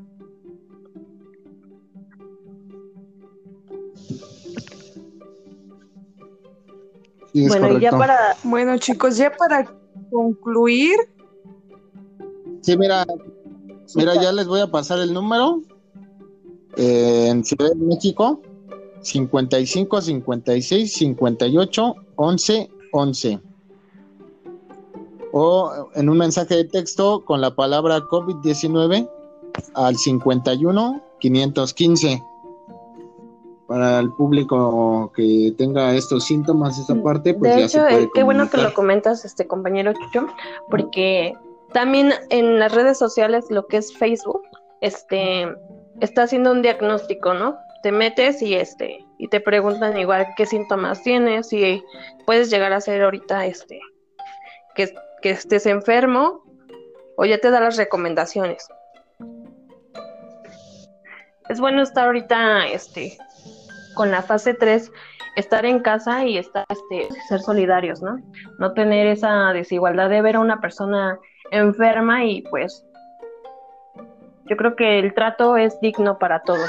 Sí, bueno, correcto. Y ya Bueno, chicos, ya para concluir. Sí, mira, ya les voy a pasar el número. En Ciudad de México, 55 56 58 11 11. O en un mensaje de texto con la palabra COVID-19 al 51 515. Para el público que tenga estos síntomas, esta parte, pues de ya hecho, se puede qué bueno que comunicar. lo comentas, compañero Chucho, porque también en las redes sociales, lo que es Facebook, está haciendo un diagnóstico, ¿no? Te metes y y te preguntan igual qué síntomas tienes y puedes llegar a ser ahorita que estés enfermo o ya te da las recomendaciones. Es bueno estar ahorita con la fase 3, estar en casa y ser solidarios, ¿no? No tener esa desigualdad de ver a una persona enferma y pues yo creo que el trato es digno para todos.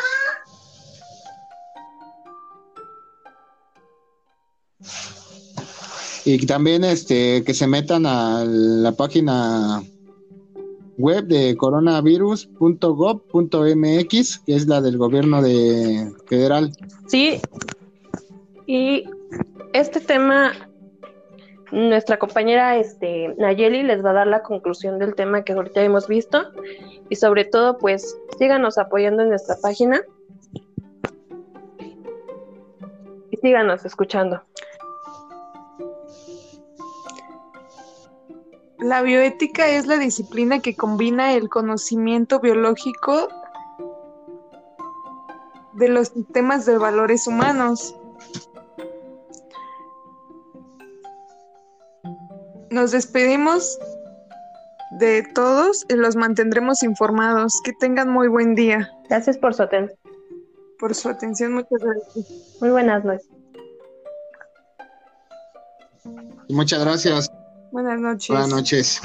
Y también que se metan a la página web de coronavirus.gov.mx, que es la del gobierno federal. Sí, y este tema, nuestra compañera Nayeli les va a dar la conclusión del tema que ahorita hemos visto y sobre todo pues síganos apoyando en nuestra página y síganos escuchando. La bioética es la disciplina que combina el conocimiento biológico de los sistemas de valores humanos. Nos despedimos de todos y los mantendremos informados. Que tengan muy buen día. Gracias por su atención. Muchas gracias. Muy buenas noches. Muchas gracias. Buenas noches. Buenas noches.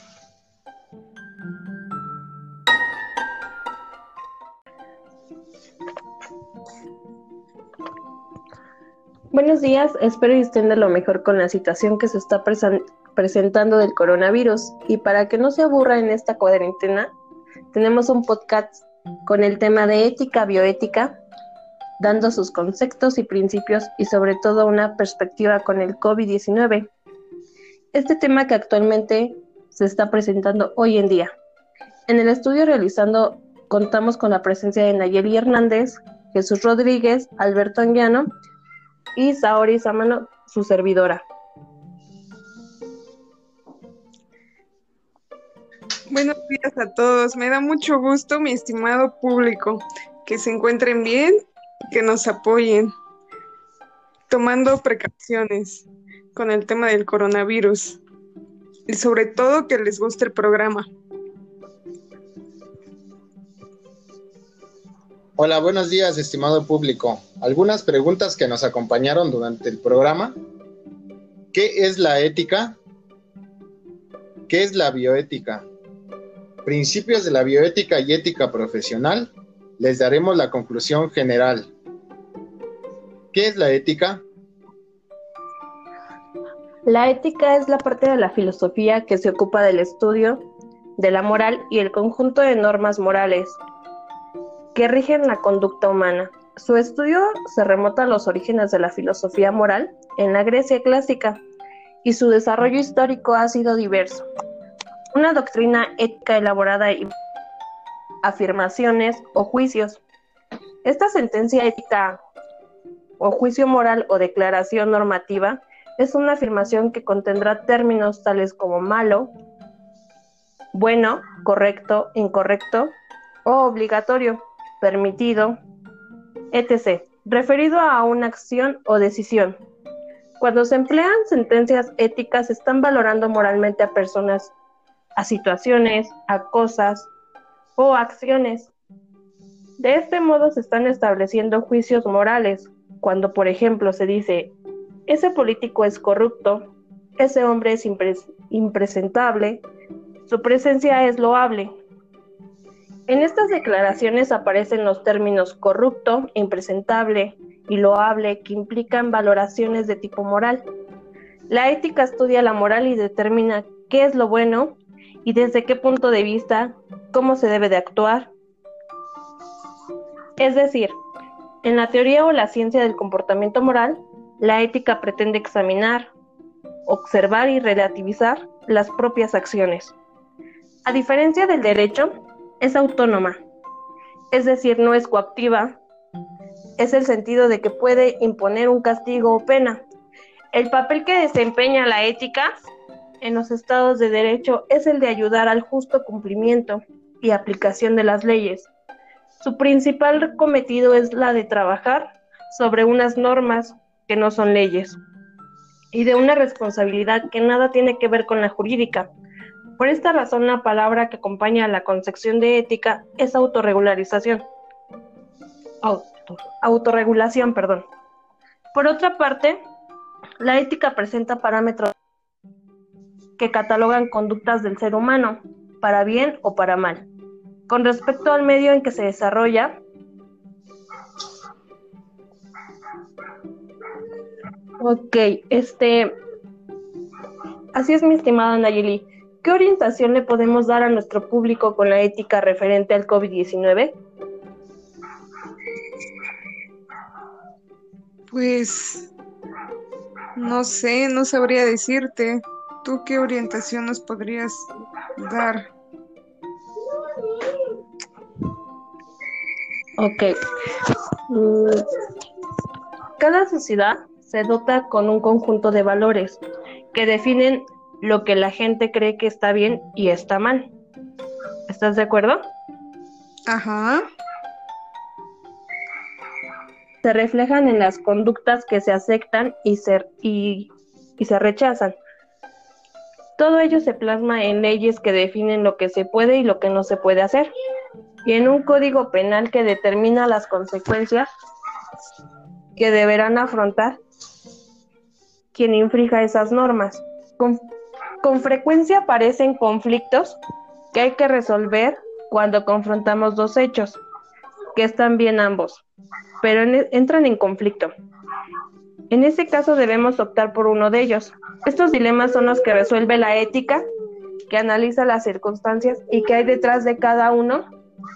Buenos días, espero que estén de lo mejor con la situación que se está presentando del coronavirus y para que no se aburra en esta cuarentena, tenemos un podcast con el tema de ética, bioética, dando sus conceptos y principios y sobre todo una perspectiva con el COVID-19. Este tema que actualmente se está presentando hoy en día. En el estudio realizando contamos con la presencia de Nayeli Hernández, Jesús Rodríguez, Alberto Anguiano y Saori Samano, su servidora. Buenos días a todos. Me da mucho gusto, mi estimado público, que se encuentren bien, que nos apoyen, tomando precauciones con el tema del coronavirus y sobre todo que les guste el programa. Hola, buenos días, estimado público. Algunas preguntas que nos acompañaron durante el programa. ¿Qué es la ética? ¿Qué es la bioética? Principios de la bioética y ética profesional. Les daremos la conclusión general. ¿Qué es la ética? La ética es la parte de la filosofía que se ocupa del estudio de la moral y el conjunto de normas morales que rigen la conducta humana. Su estudio se remonta a los orígenes de la filosofía moral en la Grecia clásica y su desarrollo histórico ha sido diverso. Una doctrina ética elaborada y afirmaciones o juicios. Esta sentencia ética o juicio moral o declaración normativa es una afirmación que contendrá términos tales como malo, bueno, correcto, incorrecto o obligatorio, permitido, etc., referido a una acción o decisión. Cuando se emplean sentencias éticas, se están valorando moralmente a personas, a situaciones, a cosas o acciones. De este modo se están estableciendo juicios morales, cuando por ejemplo se dice, ese político es corrupto, ese hombre es impresentable, su presencia es loable. En estas declaraciones aparecen los términos corrupto, impresentable y loable que implican valoraciones de tipo moral. La ética estudia la moral y determina qué es lo bueno y desde qué punto de vista, cómo se debe de actuar. Es decir, en la teoría o la ciencia del comportamiento moral, la ética pretende examinar, observar y relativizar las propias acciones. A diferencia del derecho, es autónoma, es decir, no es coactiva, es el sentido de que puede imponer un castigo o pena. El papel que desempeña la ética en los estados de derecho es el de ayudar al justo cumplimiento y aplicación de las leyes. Su principal cometido es la de trabajar sobre unas normas que no son leyes y de una responsabilidad que nada tiene que ver con la jurídica. Por esta razón, la palabra que acompaña a la concepción de ética es autorregulación. Autorregulación, perdón. Por otra parte, la ética presenta parámetros que catalogan conductas del ser humano, para bien o para mal, con respecto al medio en que se desarrolla. Ok, así es, mi estimada Nayeli. ¿Qué orientación le podemos dar a nuestro público con la ética referente al COVID-19? Pues no sé, no sabría decirte. ¿Tú qué orientación nos podrías dar? Ok. Cada sociedad se dota con un conjunto de valores que definen lo que la gente cree que está bien y está mal. ¿Estás de acuerdo? Ajá. Se reflejan en las conductas que se aceptan y se rechazan. Todo ello se plasma en leyes que definen lo que se puede y lo que no se puede hacer, y en un código penal que determina las consecuencias que deberán afrontar quien infrinja esas normas. Con frecuencia aparecen conflictos que hay que resolver cuando confrontamos dos hechos, que están bien ambos, pero entran en conflicto. En ese caso debemos optar por uno de ellos. Estos dilemas son los que resuelve la ética, que analiza las circunstancias y que hay detrás de cada uno,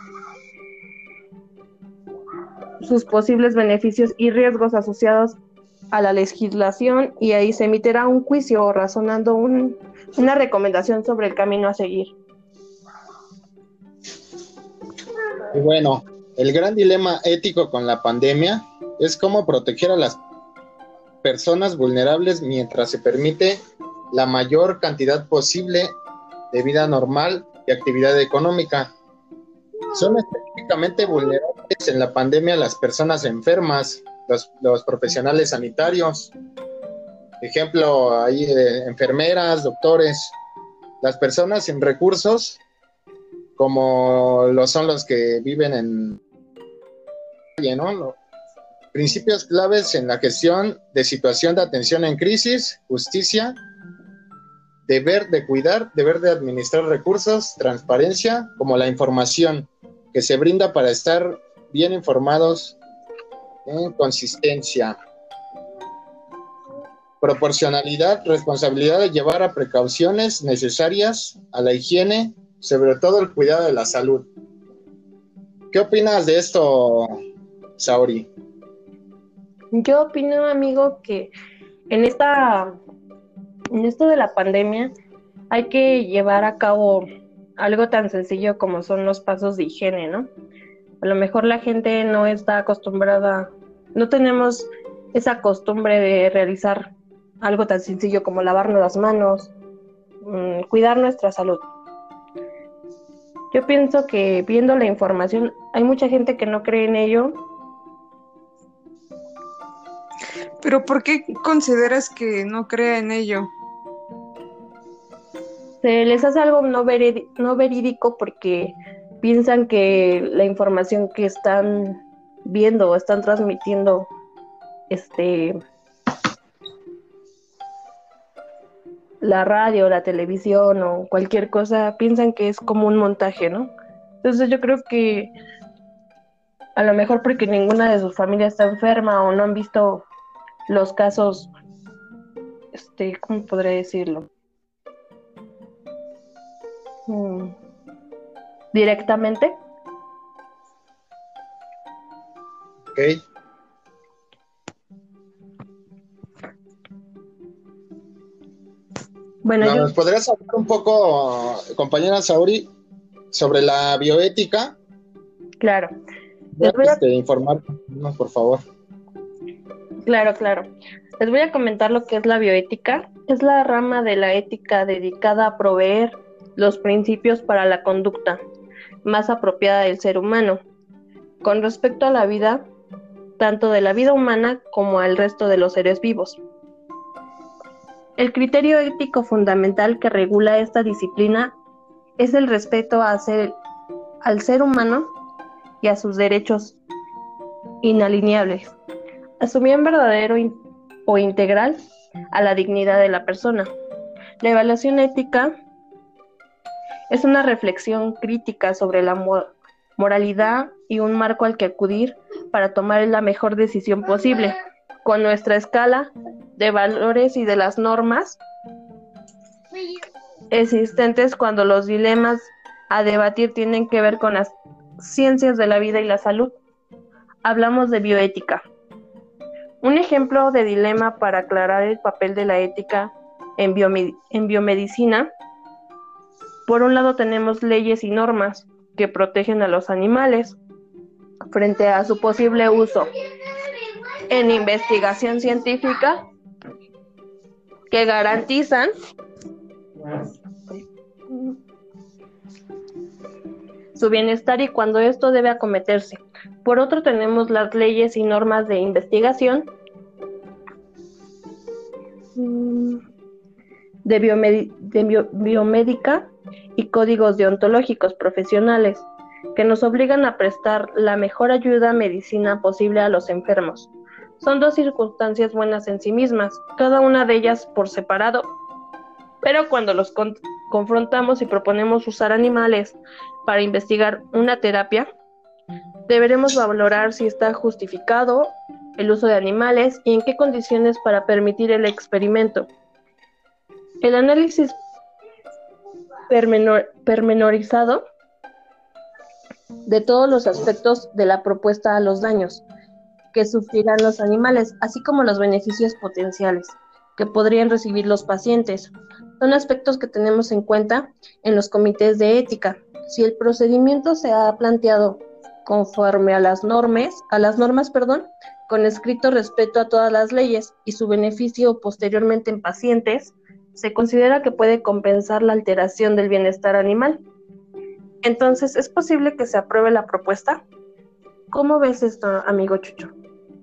sus posibles beneficios y riesgos asociados a la legislación, y ahí se emitirá un juicio o razonando una recomendación sobre el camino a seguir. Y bueno, el gran dilema ético con la pandemia es cómo proteger a las personas vulnerables mientras se permite la mayor cantidad posible de vida normal y actividad económica. Son específicamente vulnerables en la pandemia las personas enfermas, los profesionales sanitarios, ejemplo, hay enfermeras, doctores, las personas sin recursos, como lo son los que viven en calle, ¿no? Principios claves en la gestión de situación de atención en crisis, justicia, deber de cuidar, deber de administrar recursos, transparencia, como la información que se brinda para estar bien informados, en consistencia, proporcionalidad, responsabilidad de llevar a precauciones necesarias a la higiene, sobre todo el cuidado de la salud. ¿Qué opinas de esto, Saori? Yo opino, amigo, que en esto de la pandemia hay que llevar a cabo algo tan sencillo como son los pasos de higiene, ¿no? A lo mejor la gente no está acostumbrada, no tenemos esa costumbre de realizar algo tan sencillo como lavarnos las manos, cuidar nuestra salud. Yo pienso que viendo la información, hay mucha gente que no cree en ello. ¿Pero por qué consideras que no crea en ello? Se les hace algo no verídico porque piensan que la información que están viendo o están transmitiendo la radio, la televisión o cualquier cosa, piensan que es como un montaje, ¿no? Entonces yo creo que a lo mejor porque ninguna de sus familias está enferma o no han visto los casos, ¿cómo podría decirlo? Directamente. Ok. Bueno, ¿Nos podrías hablar un poco, compañera Saori, sobre la bioética? Claro. Les voy a informarnos, por favor. Claro. Les voy a comentar lo que es la bioética. Es la rama de la ética dedicada a proveer los principios para la conducta más apropiada del ser humano con respecto a la vida tanto de la vida humana como al resto de los seres vivos. El criterio ético fundamental que regula esta disciplina es el respeto al ser humano y a sus derechos inalineables, a su bien verdadero o integral, a la dignidad de la persona. La evaluación ética es una reflexión crítica sobre la moralidad y un marco al que acudir para tomar la mejor decisión posible, con nuestra escala de valores y de las normas existentes cuando los dilemas a debatir tienen que ver con las ciencias de la vida y la salud. Hablamos de bioética. Un ejemplo de dilema para aclarar el papel de la ética en biomedicina. Por un lado tenemos leyes y normas que protegen a los animales frente a su posible uso en investigación científica, que garantizan su bienestar y cuando esto debe acometerse. Por otro tenemos las leyes y normas de investigación de biomédica y códigos deontológicos profesionales que nos obligan a prestar la mejor ayuda medicina posible a los enfermos. Son dos circunstancias buenas en sí mismas, cada una de ellas por separado, pero cuando los confrontamos y proponemos usar animales para investigar una terapia, deberemos valorar si está justificado el uso de animales y en qué condiciones para permitir el experimento. El análisis pormenorizado de todos los aspectos de la propuesta a los daños que sufrirán los animales, así como los beneficios potenciales que podrían recibir los pacientes. Son aspectos que tenemos en cuenta en los comités de ética. Si el procedimiento se ha planteado conforme a las normas, con escrito respeto a todas las leyes y su beneficio posteriormente en pacientes, se considera que puede compensar la alteración del bienestar animal. Entonces, ¿es posible que se apruebe la propuesta? ¿Cómo ves esto, amigo Chucho?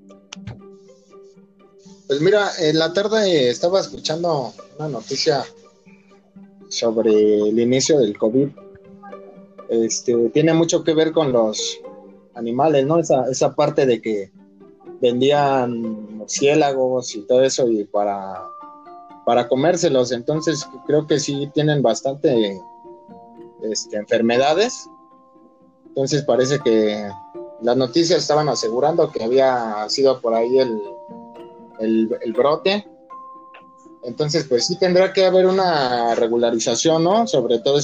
Pues mira, en la tarde estaba escuchando una noticia sobre el inicio del COVID. Tiene mucho que ver con los animales, ¿no? Esa parte de que vendían murciélagos y todo eso y para comérselos. Entonces creo que sí tienen bastante enfermedades. Entonces parece que las noticias estaban asegurando que había sido por ahí el brote. Entonces pues sí tendrá que haber una regularización, ¿no? Sobre todo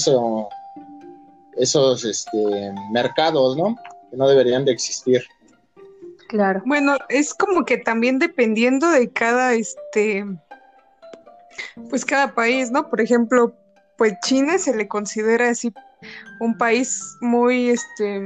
esos mercados, ¿no? Que no deberían de existir. Claro. Bueno, es como que también dependiendo de cada pues cada país, ¿no? Por ejemplo, pues China se le considera así un país muy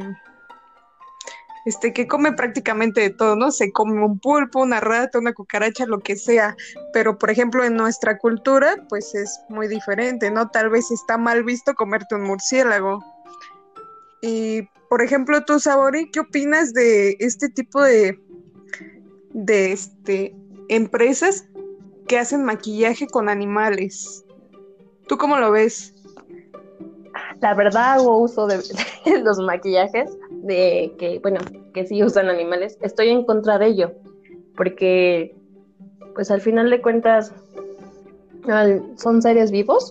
que come prácticamente de todo, ¿no? Se come un pulpo, una rata, una cucaracha, lo que sea. Pero, por ejemplo, en nuestra cultura, pues es muy diferente, ¿no? Tal vez está mal visto comerte un murciélago. Y, por ejemplo, tú, Sabori, ¿qué opinas de este tipo de empresas que hacen maquillaje con animales? ¿Tú cómo lo ves? La verdad hago uso de los maquillajes que sí usan animales. Estoy en contra de ello, porque pues al final de cuentas son seres vivos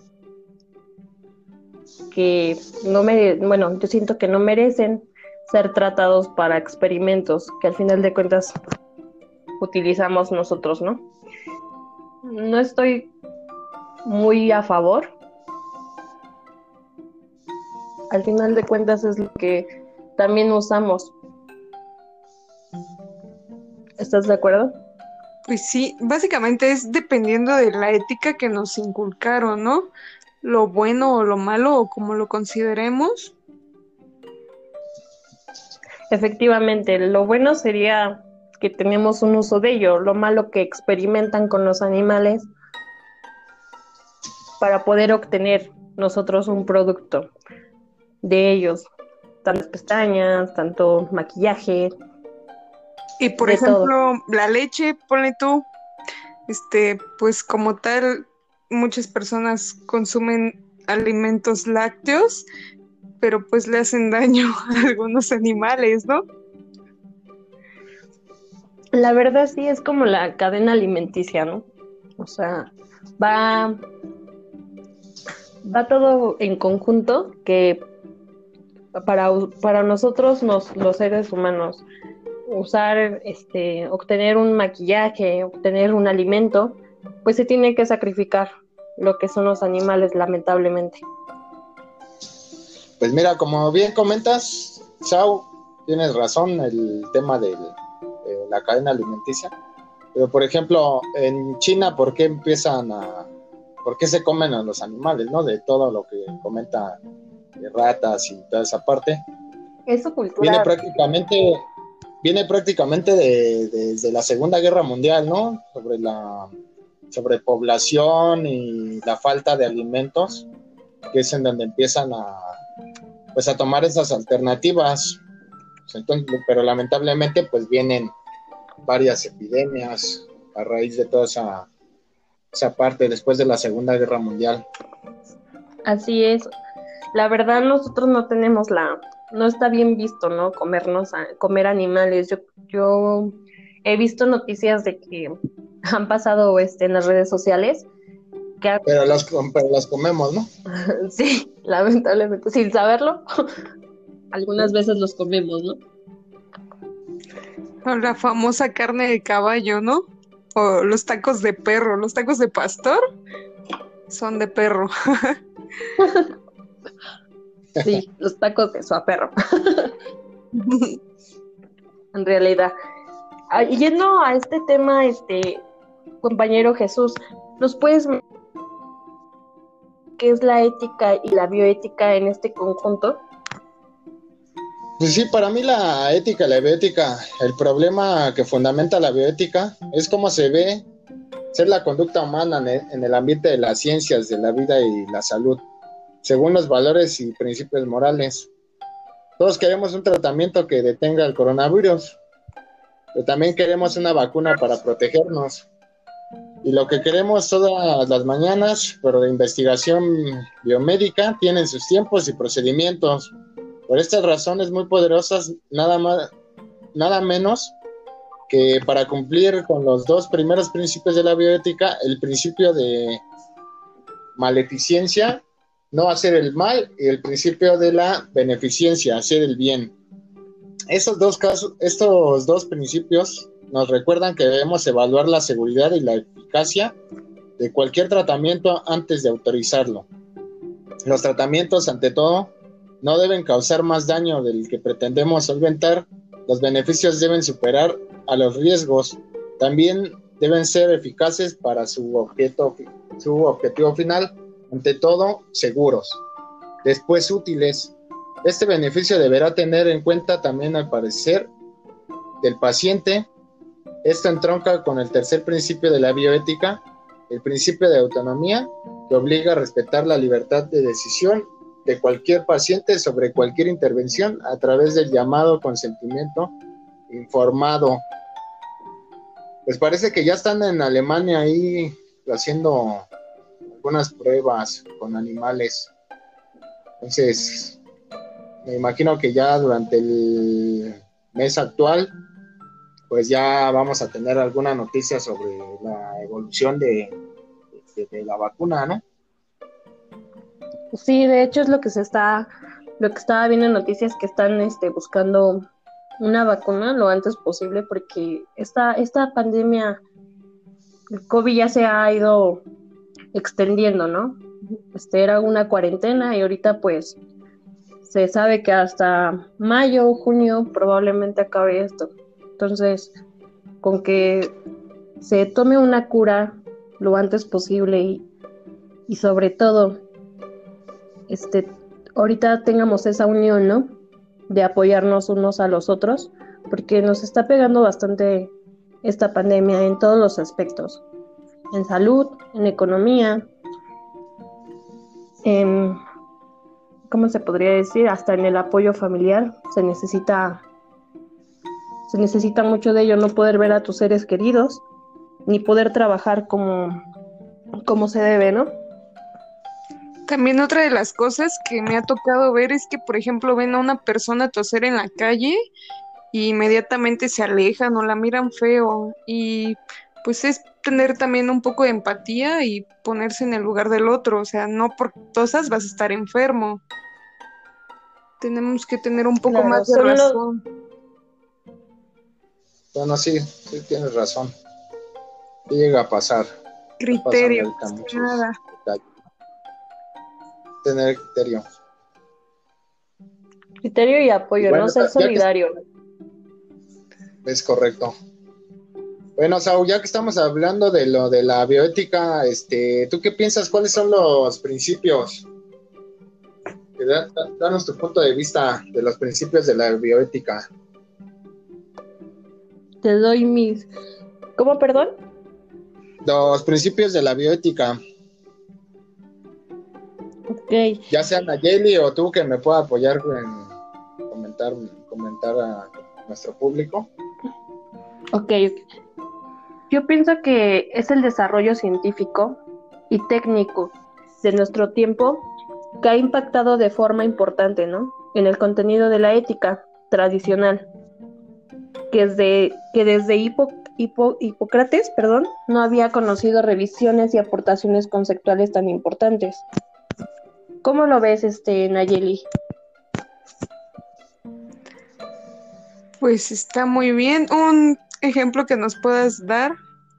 que yo siento que no merecen ser tratados para experimentos que al final de cuentas utilizamos nosotros, ¿no? No estoy muy a favor. Al final de cuentas es lo que también usamos. ¿Estás de acuerdo? Pues sí, básicamente es dependiendo de la ética que nos inculcaron, ¿no? Lo bueno o lo malo o como lo consideremos. Efectivamente, lo bueno sería que tenemos un uso de ello, lo malo que experimentan con los animales para poder obtener nosotros un producto de ellos, tantas pestañas, tanto maquillaje. Y por de todo. ejemplo, la leche, ponle tú, pues como tal, muchas personas consumen alimentos lácteos, pero pues le hacen daño a algunos animales, ¿no? La verdad sí es como la cadena alimenticia, ¿no? O sea, va, va todo en conjunto que para nosotros los seres humanos usar, obtener un maquillaje, obtener un alimento, pues se tiene que sacrificar lo que son los animales, lamentablemente. Pues mira, como bien comentas, Sau, tienes razón, el tema de la cadena alimenticia. Pero, por ejemplo, en China, ¿por qué se comen a los animales, ¿no? De todo lo que comenta de ratas y toda esa parte. Es su Viene cultura. prácticamente, desde la Segunda Guerra Mundial, ¿no? Sobre la sobrepoblación y la falta de alimentos, que es en donde empiezan pues a tomar esas alternativas. Entonces, pero lamentablemente pues vienen varias epidemias a raíz de toda esa parte después de la Segunda Guerra Mundial. Así es. La verdad nosotros no tenemos no está bien visto, ¿no? Comer animales. Yo he visto noticias de que han pasado en las redes sociales que Pero las comemos, ¿no? sí, lamentablemente, sin saberlo, algunas veces los comemos, ¿no? O la famosa carne de caballo, ¿no? O los tacos de perro, los tacos de pastor son de perro. Sí, los tacos de suaperro, en realidad. Yendo a este tema, compañero Jesús, ¿nos puedes qué es la ética y la bioética en este conjunto? Pues sí, para mí la ética, la bioética, el problema que fundamenta la bioética es cómo se ve ser la conducta humana en el ambiente de las ciencias, de la vida y la salud, según los valores y principios morales. Todos queremos un tratamiento que detenga el coronavirus, pero también queremos una vacuna para protegernos. Y lo que queremos todas las mañanas, pero de investigación biomédica, tienen sus tiempos y procedimientos. Por estas razones muy poderosas, nada menos que para cumplir con los dos primeros principios de la bioética, el principio de maleficencia, no hacer el mal, y el principio de la beneficencia, hacer el bien. Estos dos principios nos recuerdan que debemos evaluar la seguridad y la eficacia de cualquier tratamiento antes de autorizarlo. Los tratamientos, ante todo, no deben causar más daño del que pretendemos solventar. Los beneficios deben superar a los riesgos. También deben ser eficaces para su objetivo final. Ante todo, seguros. Después, útiles. Este beneficio deberá tener en cuenta también el parecer del paciente. Esto entronca con el tercer principio de la bioética, el principio de autonomía, que obliga a respetar la libertad de decisión de cualquier paciente sobre cualquier intervención a través del llamado consentimiento informado. Pues parece que ya están en Alemania ahí haciendo algunas pruebas con animales. Entonces, me imagino que ya durante el mes actual, pues ya vamos a tener alguna noticia sobre la evolución de la vacuna, ¿no? Sí, de hecho es lo que estaba viendo en noticias que están buscando una vacuna lo antes posible porque esta pandemia, el COVID ya se ha ido extendiendo, ¿no? Era una cuarentena y ahorita pues se sabe que hasta mayo o junio probablemente acabe esto. Entonces, con que se tome una cura lo antes posible y sobre todo, ahorita tengamos esa unión, ¿no? De apoyarnos unos a los otros, porque nos está pegando bastante esta pandemia en todos los aspectos, en salud, en economía, en, ¿cómo se podría decir? Hasta en el apoyo familiar se necesita Se necesita mucho de ello, no poder ver a tus seres queridos, ni poder trabajar como se debe, ¿no? También otra de las cosas que me ha tocado ver es que, por ejemplo, ven a una persona toser en la calle y inmediatamente se alejan o la miran feo. Y pues es tener también un poco de empatía y ponerse en el lugar del otro. O sea, no por tosas vas a estar enfermo. Tenemos que tener un poco más Claro, de son los, razón. Bueno, sí, sí tienes razón. Sí llega a pasar. Está pasando Criterio, ahorita más que muchos nada. detalles. Tener criterio. criterio y Y apoyo, ¿no? bueno, Ser ya que solidario. es correcto. Bueno, Saúl, ya que estamos hablando de lo de la bioética, ¿tú qué piensas? ¿Cuáles son los principios? Danos tu punto de vista de los principios de la bioética. Te doy mis... ¿Cómo, perdón? Los principios de la bioética, Ok, ya sea Nayeli o tú que me pueda apoyar en comentar a nuestro público. ok. Yo pienso que es el desarrollo científico y técnico de nuestro tiempo que ha impactado de forma importante, ¿no? En el contenido de la ética tradicional, que desde Hipócrates, perdón, no había conocido revisiones y aportaciones conceptuales tan importantes. ¿Cómo lo ves, Nayeli? Pues está muy bien. Un ejemplo que nos puedas dar.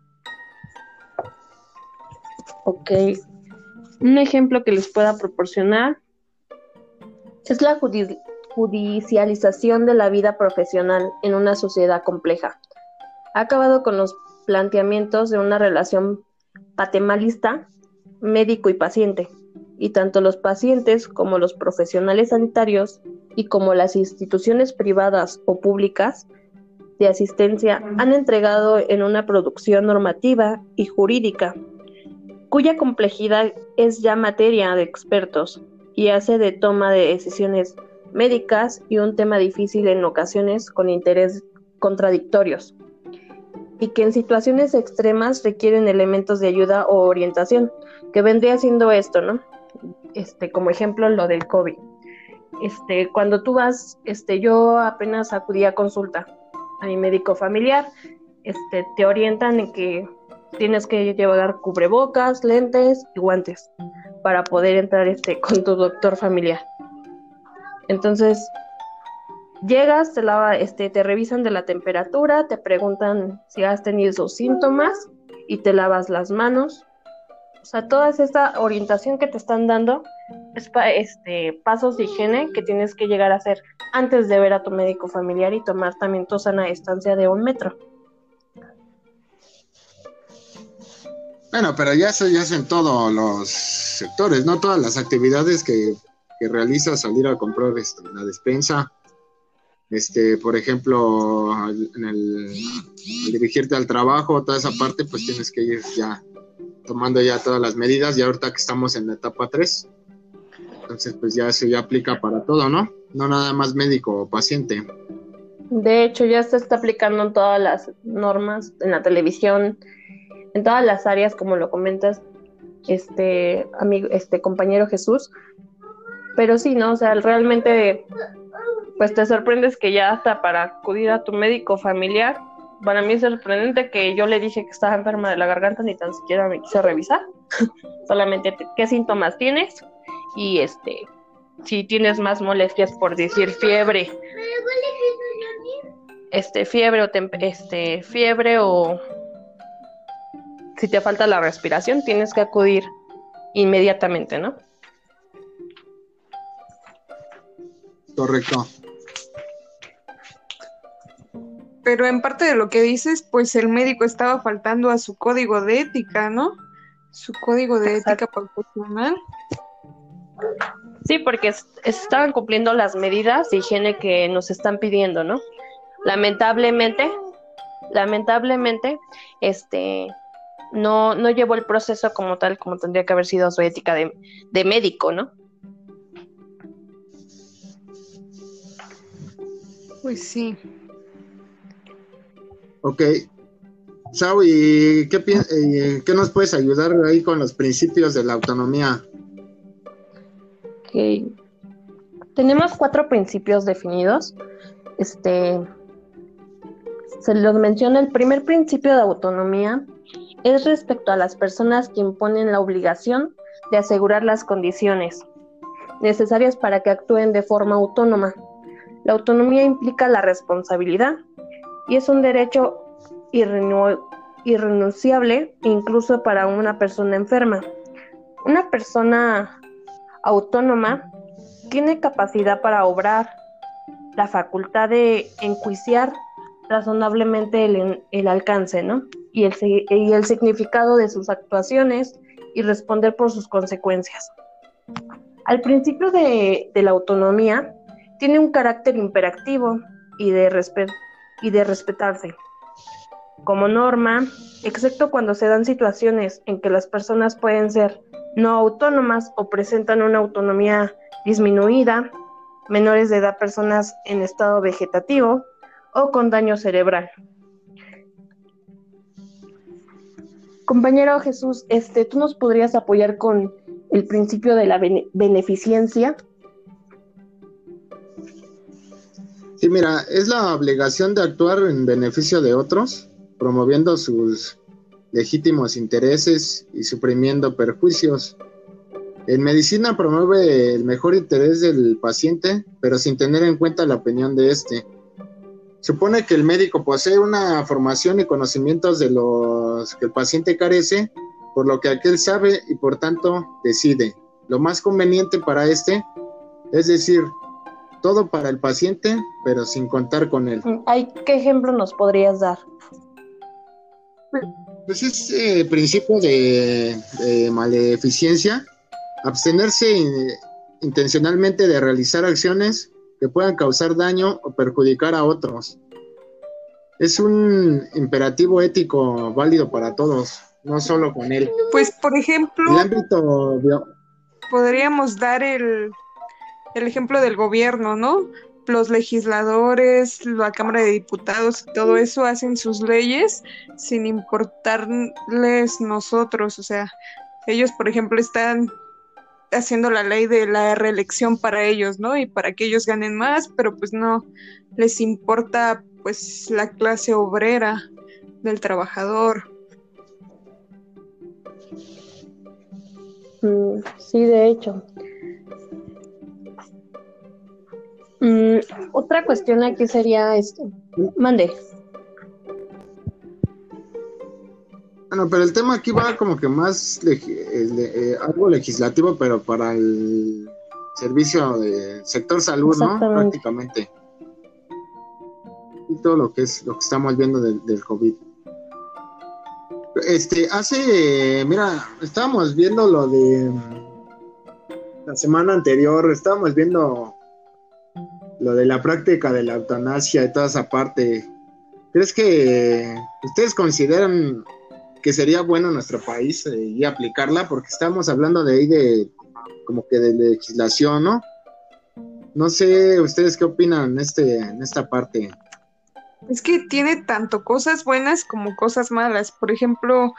Ok. Un ejemplo que les pueda proporcionar es la judicialización de la vida profesional en una sociedad compleja. Ha acabado con los planteamientos de una relación paterналista, médico y paciente, y tanto los pacientes como los profesionales sanitarios y como las instituciones privadas o públicas de asistencia han entregado en una producción normativa y jurídica cuya complejidad es ya materia de expertos y hace de toma de decisiones médicas y un tema difícil en ocasiones con intereses contradictorios y que en situaciones extremas requieren elementos de ayuda o orientación, que vendría siendo esto, ¿no? Como ejemplo lo del COVID. Cuando tú vas, yo apenas acudí a consulta a mi médico familiar, te orientan en que tienes que llevar cubrebocas, lentes y guantes para poder entrar con tu doctor familiar. Entonces, llegas, te revisan de la temperatura, te preguntan si has tenido esos síntomas y te lavas las manos. O sea, toda esta orientación que te están dando es pasos de higiene que tienes que llegar a hacer antes de ver a tu médico familiar y tomar también tu sana distancia de 1 metro. Bueno, pero ya eso ya es en todos los sectores, ¿no? Todas las actividades que realizas, salir a comprar la despensa, por ejemplo, al dirigirte al trabajo, toda esa parte, pues tienes que ir ya tomando ya todas las medidas, y ahorita que estamos en la etapa 3, entonces pues ya eso ya aplica para todo, ¿no? No nada más médico o paciente. De hecho, ya se está aplicando en todas las normas, en la televisión, en todas las áreas, como lo comentas, amigo, compañero Jesús. Pero sí, ¿no? O sea, realmente, pues te sorprendes que ya hasta para acudir a tu médico familiar, para mí es sorprendente que yo le dije que estaba enferma de la garganta, ni tan siquiera me quiso revisar. Solamente qué síntomas tienes y si tienes más molestias, por decir fiebre, fiebre o si te falta la respiración, tienes que acudir inmediatamente, ¿no? Correcto. Pero en parte de lo que dices, pues el médico estaba faltando a su código de ética, ¿no? Su código de ética profesional. Sí, porque estaban cumpliendo las medidas de higiene que nos están pidiendo, ¿no? Lamentablemente, no llevó el proceso como tal, como tendría que haber sido su ética de médico, ¿no? Pues sí. Ok. Sau, ¿y qué nos puedes ayudar ahí con los principios de la autonomía? Ok. Tenemos 4 principios definidos. Se los menciona. El primer principio de autonomía es respecto a las personas que imponen la obligación de asegurar las condiciones necesarias para que actúen de forma autónoma. La autonomía implica la responsabilidad y es un derecho irrenunciable incluso para una persona enferma. Una persona autónoma tiene capacidad para obrar, la facultad de enjuiciar razonablemente el alcance, ¿no? Y el significado de sus actuaciones y responder por sus consecuencias. Al principio de la autonomía tiene un carácter imperativo y de respetarse. Como norma, excepto cuando se dan situaciones en que las personas pueden ser no autónomas o presentan una autonomía disminuida, menores de edad, personas en estado vegetativo o con daño cerebral. Compañero Jesús, ¿tú nos podrías apoyar con el principio de la beneficencia? Sí, mira, es la obligación de actuar en beneficio de otros, promoviendo sus legítimos intereses y suprimiendo perjuicios. En medicina promueve el mejor interés del paciente, pero sin tener en cuenta la opinión de éste. Supone que el médico posee una formación y conocimientos de los que el paciente carece, por lo que aquel sabe y por tanto decide lo más conveniente para éste, es decir, todo para el paciente, pero sin contar con él. ¿Qué ejemplo nos podrías dar? Pues es principio de maleficencia, abstenerse intencionalmente de realizar acciones que puedan causar daño o perjudicar a otros. Es un imperativo ético válido para todos, no solo con él. Pues, por ejemplo, El ámbito podríamos dar el ejemplo del gobierno, ¿no? Los legisladores, la Cámara de Diputados y todo eso hacen sus leyes sin importarles nosotros. O sea, ellos, por ejemplo, están haciendo la ley de la reelección para ellos, ¿no? Y para que ellos ganen más, pero pues no les importa pues la clase obrera del trabajador. Sí, de hecho. Otra cuestión aquí sería Mande. Bueno, pero el tema aquí va como que más algo legislativo, pero para el servicio del sector salud, ¿no? Prácticamente. Y todo lo que estamos viendo del COVID. Mira, estábamos viendo lo de la semana anterior, estábamos viendo lo de la práctica de la eutanasia y toda esa parte. ¿Crees que ustedes consideran que sería bueno en nuestro país y aplicarla? Porque estamos hablando de ahí como que de legislación, ¿no? No sé, ¿ustedes qué opinan en esta parte? Es que tiene tanto cosas buenas como cosas malas. Por ejemplo,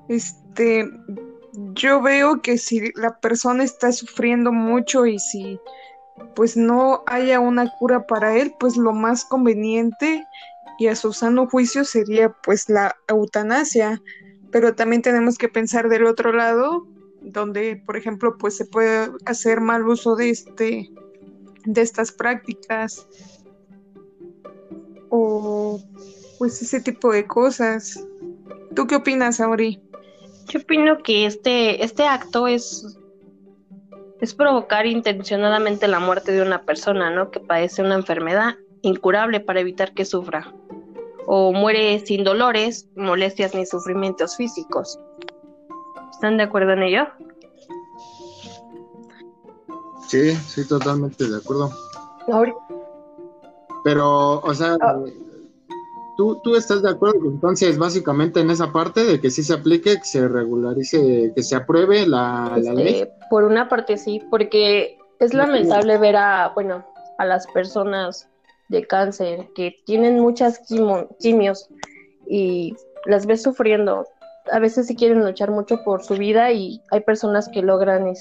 yo veo que si la persona está sufriendo mucho y si pues no haya una cura para él, pues lo más conveniente y a su sano juicio sería pues la eutanasia. Pero también tenemos que pensar del otro lado, donde por ejemplo pues se puede hacer mal uso de estas prácticas o pues ese tipo de cosas. ¿Tú qué opinas, Auri? Yo opino que este acto es provocar intencionadamente la muerte de una persona, ¿no? Que padece una enfermedad incurable para evitar que sufra. O muere sin dolores, molestias ni sufrimientos físicos. ¿Están de acuerdo en ello? Sí, totalmente de acuerdo. Ahorita. Pero, o sea, ¿tú estás de acuerdo entonces básicamente en esa parte de que sí se aplique, que se regularice, que se apruebe la ley? Por una parte sí, porque es lamentable ver a las personas de cáncer que tienen muchas quimios y las ves sufriendo. A veces sí quieren luchar mucho por su vida y hay personas que logran,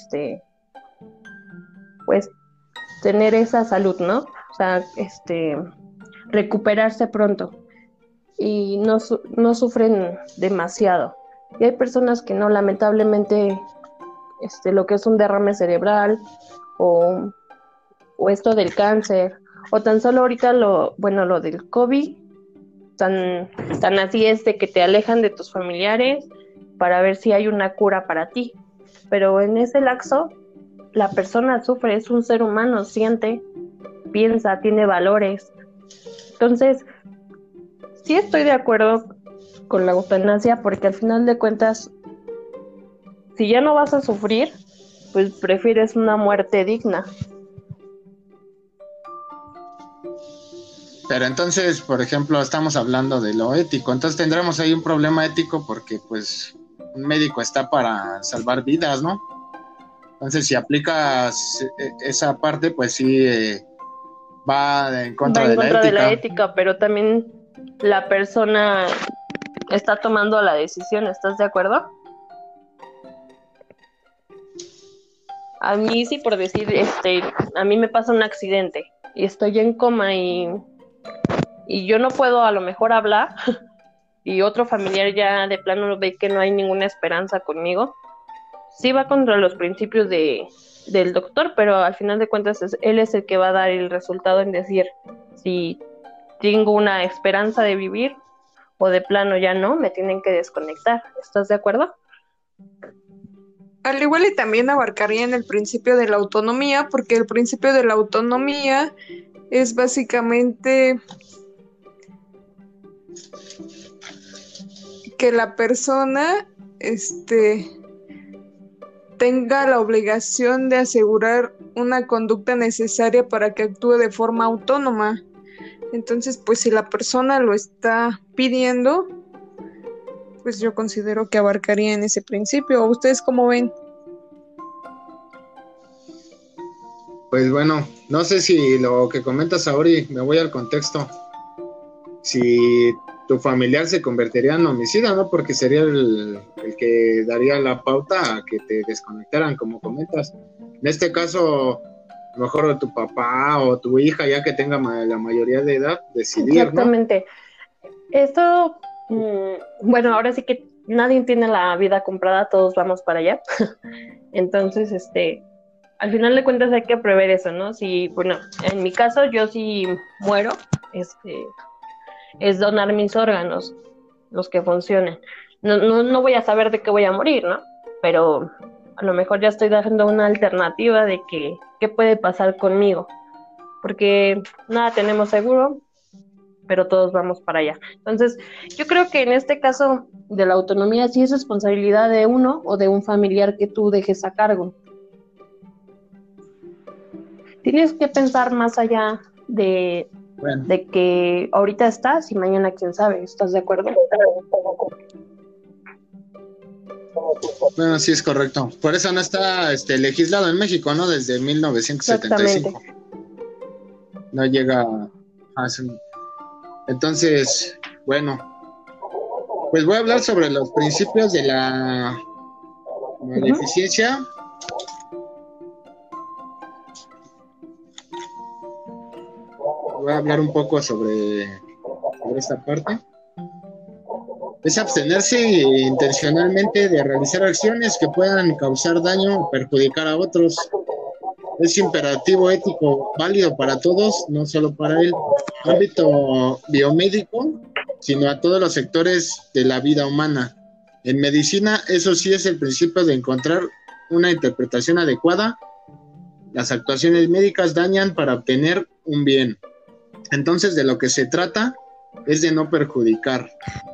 pues, tener esa salud, ¿no? O sea, recuperarse pronto y no sufren demasiado. Y hay personas que no, lamentablemente, lo que es un derrame cerebral o esto del cáncer, o tan solo ahorita lo del COVID, tan así es de que te alejan de tus familiares para ver si hay una cura para ti. Pero en ese lapso, la persona sufre, es un ser humano, siente, piensa, tiene valores. Entonces, sí estoy de acuerdo con la eutanasia porque al final de cuentas, si ya no vas a sufrir, pues prefieres una muerte digna. Pero entonces, por ejemplo, estamos hablando de lo ético, entonces tendremos ahí un problema ético porque pues un médico está para salvar vidas, ¿no? Entonces, si aplicas esa parte, pues sí va en contra de la ética, pero también la persona está tomando la decisión, ¿estás de acuerdo? A mí sí, por decir, a mí me pasa un accidente y estoy en coma y yo no puedo a lo mejor hablar y otro familiar ya de plano ve que no hay ninguna esperanza conmigo. Sí va contra los principios del doctor, pero al final de cuentas él es el que va a dar el resultado en decir si tengo una esperanza de vivir o de plano ya no, me tienen que desconectar. ¿Estás de acuerdo? Al igual y también abarcaría en el principio de la autonomía, porque el principio de la autonomía es básicamente que la persona tenga la obligación de asegurar una conducta necesaria para que actúe de forma autónoma. Entonces, pues si la persona lo está pidiendo, pues yo considero que abarcaría en ese principio. ¿Ustedes cómo ven? Pues bueno, no sé si lo que comentas ahora, y me voy al contexto, si tu familiar se convertiría en homicida, ¿no? Porque sería el que daría la pauta a que te desconectaran, como comentas. En este caso, a lo mejor tu papá o tu hija, ya que tenga la mayoría de edad, decidir, exactamente, ¿no? Esto, bueno, ahora sí que nadie tiene la vida comprada, todos vamos para allá. Entonces, al final de cuentas hay que prever eso, ¿no? Si, bueno, en mi caso, yo si muero, es donar mis órganos, los que funcionen. No voy a saber de qué voy a morir, ¿no? Pero a lo mejor ya estoy dando una alternativa de qué puede pasar conmigo. Porque nada tenemos seguro, pero todos vamos para allá. Entonces, yo creo que en este caso de la autonomía sí es responsabilidad de uno o de un familiar que tú dejes a cargo. Tienes que pensar más allá de que ahorita estás y mañana quién sabe. ¿Estás de acuerdo? Bueno, sí es correcto. Por eso no está legislado en México, ¿no? Desde 1975. No llega a... Entonces, bueno, pues voy a hablar sobre los principios de la beneficencia. Voy a hablar un poco sobre esta parte. Es abstenerse intencionalmente de realizar acciones que puedan causar daño o perjudicar a otros. Es imperativo ético válido para todos, no solo para el ámbito biomédico, sino a todos los sectores de la vida humana. En medicina, eso sí es el principio de encontrar una interpretación adecuada. Las actuaciones médicas dañan para obtener un bien. Entonces, de lo que se trata es de no perjudicar.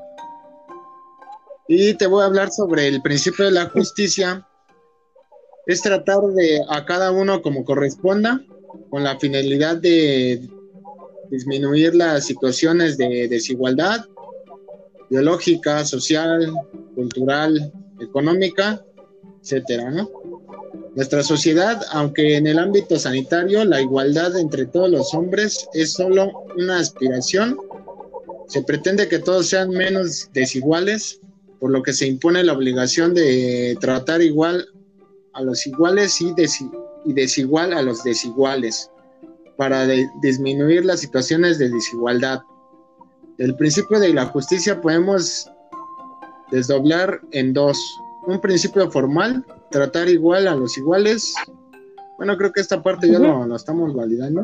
Y te voy a hablar sobre el principio de la justicia. Es tratar de a cada uno como corresponda, con la finalidad de disminuir las situaciones de desigualdad biológica, social, cultural, económica, etcétera, ¿no? Nuestra sociedad, aunque en el ámbito sanitario la igualdad entre todos los hombres es solo una aspiración, Se pretende que todos sean menos desiguales, por lo que se impone la obligación de tratar igual a los iguales y desigual a los desiguales, para disminuir las situaciones de desigualdad. El principio de la justicia podemos desdoblar en dos. Un principio formal, tratar igual a los iguales. Bueno, creo que esta parte ya lo estamos validando.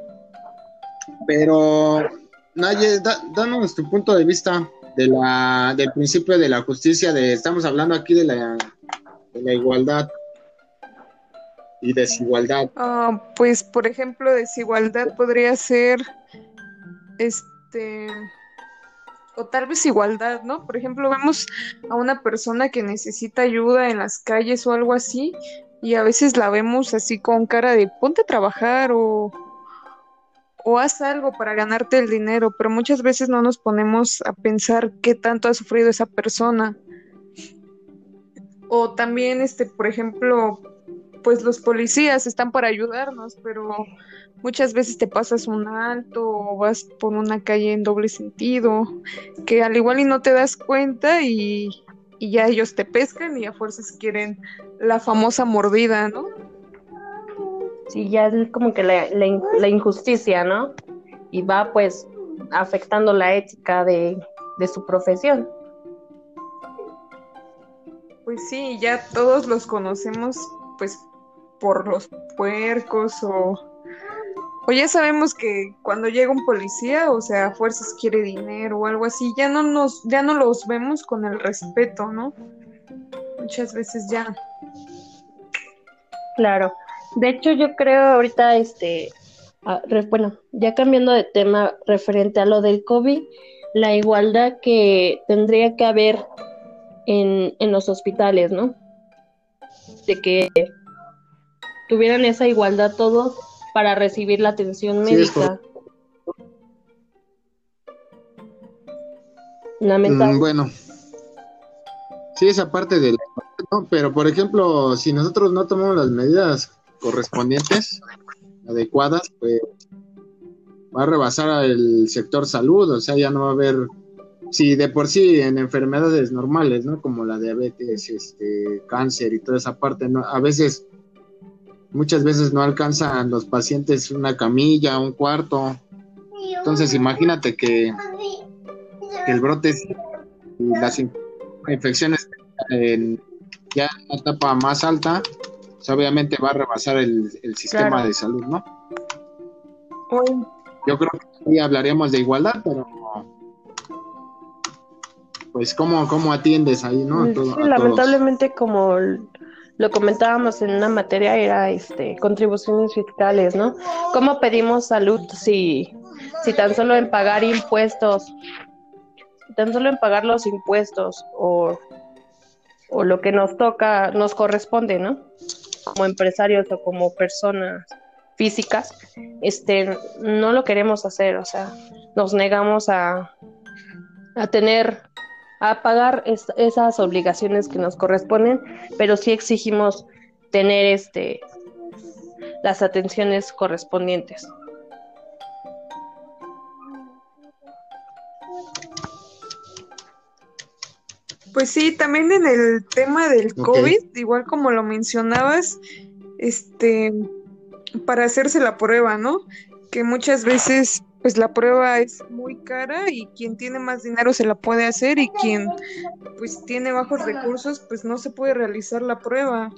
Pero, Naye, danos tu punto de vista del principio de la justicia. Estamos hablando aquí de la igualdad y desigualdad. Pues, por ejemplo, desigualdad podría ser, o tal vez igualdad, ¿no? Por ejemplo, vemos a una persona que necesita ayuda en las calles o algo así, y a veces la vemos así con cara de ponte a trabajar o haz algo para ganarte el dinero, pero muchas veces no nos ponemos a pensar qué tanto ha sufrido esa persona. O también, por ejemplo, pues los policías están para ayudarnos, pero muchas veces te pasas un alto o vas por una calle en doble sentido, que al igual y no te das cuenta y ya ellos te pescan y a fuerzas quieren la famosa mordida, ¿no? Sí, ya es como que la injusticia, ¿no? Y va pues afectando la ética de su profesión. Pues sí, ya todos los conocemos pues por los puercos o ya sabemos que cuando llega un policía, o sea, a fuerzas quiere dinero o algo así, ya no los vemos con el respeto, ¿no? Muchas veces ya. Claro. De hecho, yo creo ahorita, bueno, ya cambiando de tema referente a lo del COVID, la igualdad que tendría que haber en los hospitales, ¿no? De que tuvieran esa igualdad todos para recibir la atención médica. Lamentable. Bueno, sí, esa parte del, ¿no? Pero por ejemplo, si nosotros no tomamos las medidas correspondientes, adecuadas, pues va a rebasar el sector salud, o sea, ya no va a haber, si de por sí en enfermedades normales, ¿no? Como la diabetes, cáncer y toda esa parte, ¿no? Muchas veces no alcanzan los pacientes una camilla, un cuarto. Entonces imagínate que el brote y las infecciones ya en una etapa más alta, pues obviamente va a rebasar el sistema de salud, ¿no? Yo creo que sí hablaríamos de igualdad, pero pues cómo atiendes ahí, ¿no? Sí, lamentablemente, como lo comentábamos en una materia, era contribuciones fiscales, ¿no? ¿Cómo pedimos salud si tan solo en pagar impuestos, tan solo en pagar los impuestos o lo que nos toca, nos corresponde, ¿no? Como empresarios o como personas físicas, no lo queremos hacer, o sea, nos negamos a pagar esas obligaciones que nos corresponden, pero sí exigimos tener las atenciones correspondientes. Pues sí, también en el tema del COVID, igual como lo mencionabas, para hacerse la prueba, ¿no? Que muchas veces pues la prueba es muy cara y quien tiene más dinero se la puede hacer y quien pues tiene bajos recursos pues no se puede realizar la prueba.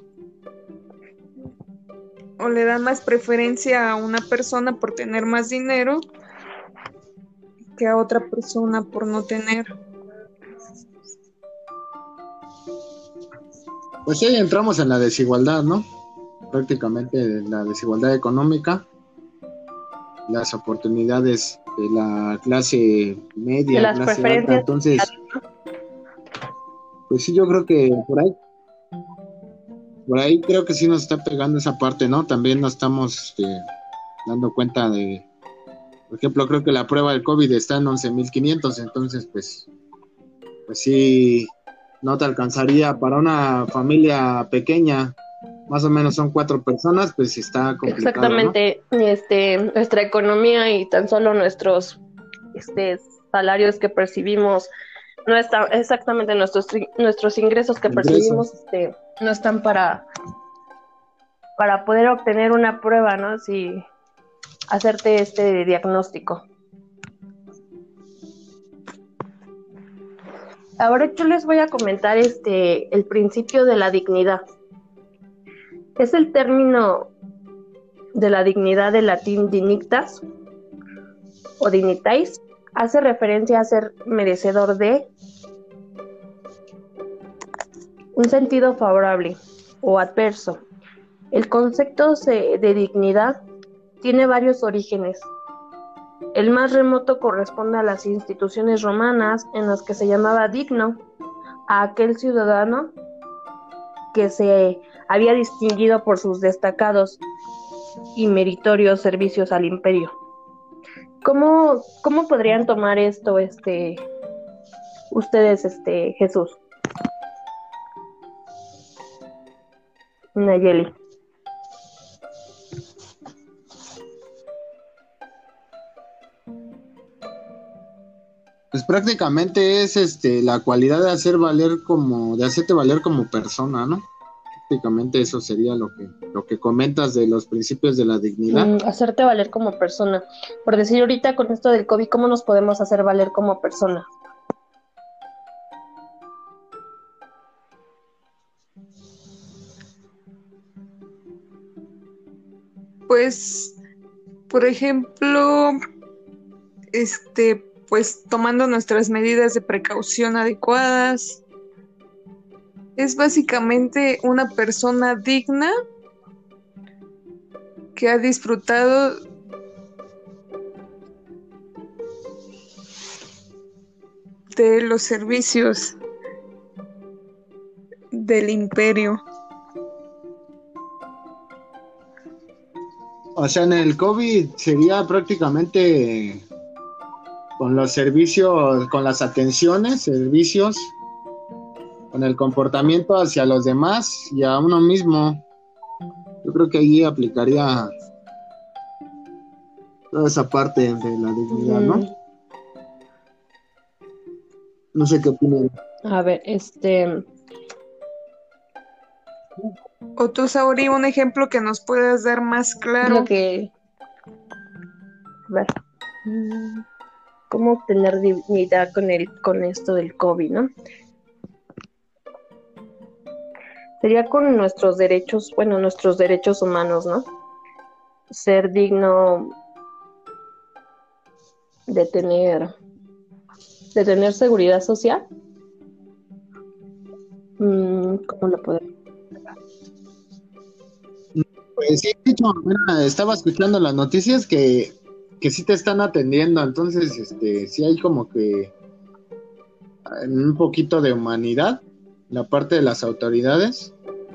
O le dan más preferencia a una persona por tener más dinero que a otra persona por no tener. Pues sí, entramos en la desigualdad, ¿no? Prácticamente la desigualdad económica, las oportunidades de la clase media, de las clase preferencias alta. Entonces, pues sí, yo creo que por ahí creo que sí nos está pegando esa parte, ¿no? También nos estamos dando cuenta de, por ejemplo, creo que la prueba del COVID está en 11,500, entonces pues sí, no te alcanzaría para una familia pequeña, más o menos son 4 personas, pues está complicado. Exactamente, ¿no? Nuestra economía y tan solo nuestros salarios que percibimos no están exactamente nuestros ingresos que percibimos no están para poder obtener una prueba, ¿no? Si hacerte este diagnóstico. Ahora yo les voy a comentar el principio de la dignidad. Es el término de la dignidad del latín dignitas o dignitais. Hace referencia a ser merecedor de un sentido favorable o adverso. El concepto de dignidad tiene varios orígenes. El más remoto corresponde a las instituciones romanas en las que se llamaba digno a aquel ciudadano que se había distinguido por sus destacados y meritorios servicios al imperio. ¿Cómo podrían tomar esto ustedes, Jesús? Nayeli. Pues prácticamente es la cualidad de hacerte valer como persona, ¿no? Prácticamente eso sería lo que comentas de los principios de la dignidad. Hacerte valer como persona. Por decir ahorita con esto del COVID, ¿cómo nos podemos hacer valer como persona? Pues, por ejemplo, pues tomando nuestras medidas de precaución adecuadas. Es básicamente una persona digna que ha disfrutado de los servicios del imperio. O sea, en el COVID sería prácticamente con los servicios, con las atenciones, servicios, con el comportamiento hacia los demás y a uno mismo. Yo creo que allí aplicaría toda esa parte de la dignidad, ¿no? No sé qué opinan. A ver, O tú, Sauri, un ejemplo que nos puedas dar más claro. A ver, ¿cómo obtener dignidad con esto del COVID, no? Sería con nuestros derechos humanos, ¿no? Ser digno de tener seguridad social. ¿Cómo lo podemos? Pues sí, de hecho, mira, estaba escuchando las noticias que sí te están atendiendo, entonces sí hay como que un poquito de humanidad la parte de las autoridades.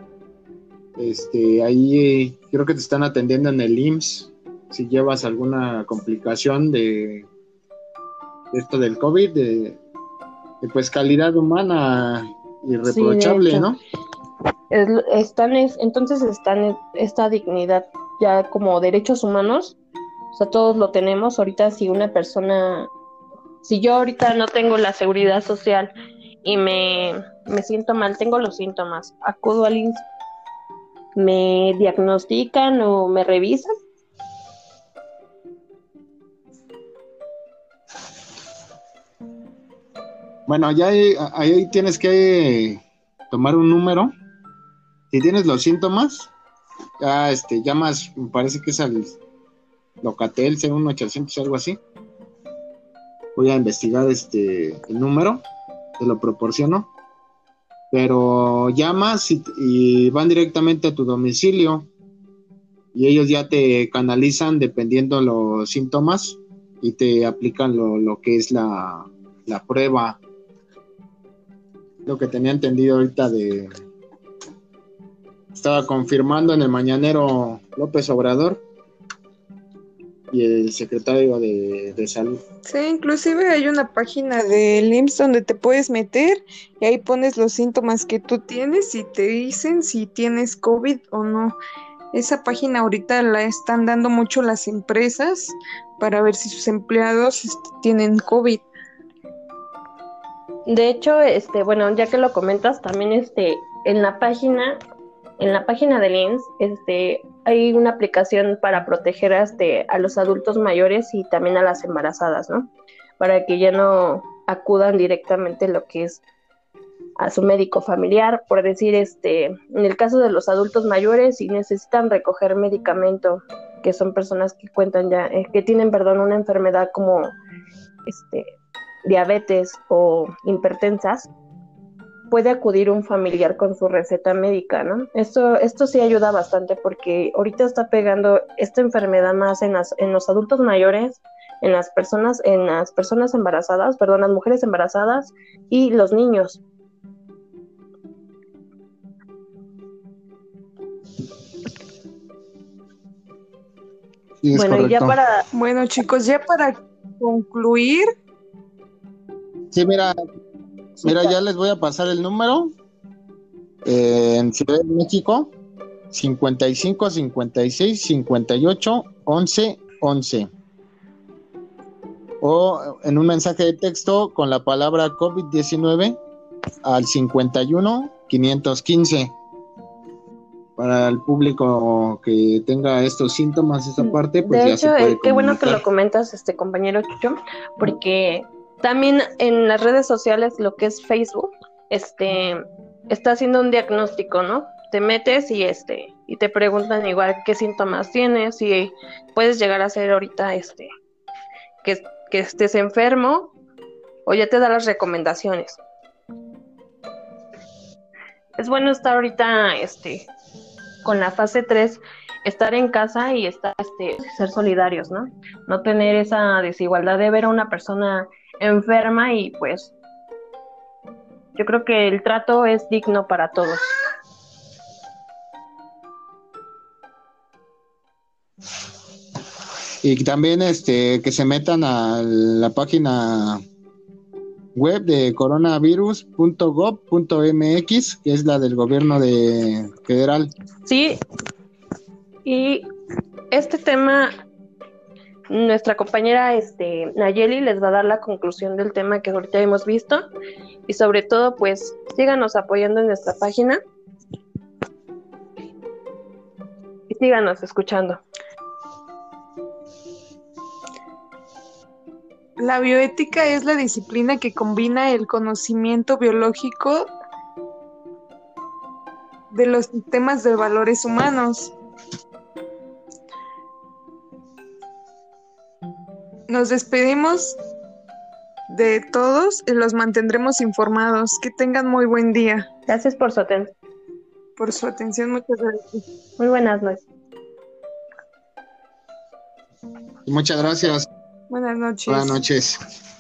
Ahí creo que te están atendiendo en el IMSS si llevas alguna complicación de esto del COVID, de pues calidad humana irreprochable, sí, ¿no? Entonces están esta dignidad ya como derechos humanos, o sea, todos lo tenemos. Ahorita si yo ahorita no tengo la seguridad social y me siento mal, tengo los síntomas, acudo al IMSS, me diagnostican o me revisan. Bueno, ya ahí tienes que tomar un número. Si tienes los síntomas, ya llamas, me parece que es al Locatel 01800, algo así. Voy a investigar el número, te lo proporciono. Pero llamas y van directamente a tu domicilio y ellos ya te canalizan dependiendo los síntomas y te aplican lo que es la prueba. Lo que tenía entendido ahorita estaba confirmando en el mañanero López Obrador y el secretario de Salud. Sí, inclusive hay una página del IMSS donde te puedes meter y ahí pones los síntomas que tú tienes y te dicen si tienes COVID o no. Esa página ahorita la están dando mucho las empresas para ver si sus empleados tienen COVID. De hecho, bueno, ya que lo comentas, también en la página, del IMSS, hay una aplicación para proteger a los adultos mayores y también a las embarazadas, ¿no? Para que ya no acudan directamente lo que es a su médico familiar, por decir, en el caso de los adultos mayores, si necesitan recoger medicamento, que son personas que cuentan ya, que tienen, perdón, una enfermedad como diabetes o hipertensas, puede acudir un familiar con su receta médica, ¿no? Esto sí ayuda bastante porque ahorita está pegando esta enfermedad más en los adultos mayores, en las personas embarazadas, perdón, las mujeres embarazadas y los niños. Sí, es Bueno, correcto. y ya para... Bueno, chicos, ya para concluir, Sí, mira, ya les voy a pasar el número. En Ciudad de México, 55 56 58 11 11. O en un mensaje de texto con la palabra COVID-19 al 51 515. Para el público que tenga estos síntomas, esta parte, pues de ya hecho, se puede qué bueno que comunicar. lo comentas, compañero Chucho, porque también en las redes sociales, lo que es Facebook, está haciendo un diagnóstico, ¿no? Te metes y te preguntan igual qué síntomas tienes, y puedes llegar a ser ahorita que estés enfermo, o ya te da las recomendaciones. Es bueno estar ahorita con la fase 3, estar en casa y ser solidarios, ¿no? No tener esa desigualdad de ver a una persona enferma, y pues yo creo que el trato es digno para todos. Y también que se metan a la página web de coronavirus.gov.mx, que es la del gobierno federal. Sí, y este tema, nuestra compañera Nayeli les va a dar la conclusión del tema que ahorita hemos visto, y sobre todo pues síganos apoyando en nuestra página y síganos escuchando. la bioética es la disciplina que combina el conocimiento biológico de los sistemas de valores humanos. Nos despedimos de todos y los mantendremos informados. Que tengan muy buen día. Gracias por su atención. Por su atención, muchas gracias. Muy buenas noches. Muchas gracias. Buenas noches. Buenas noches.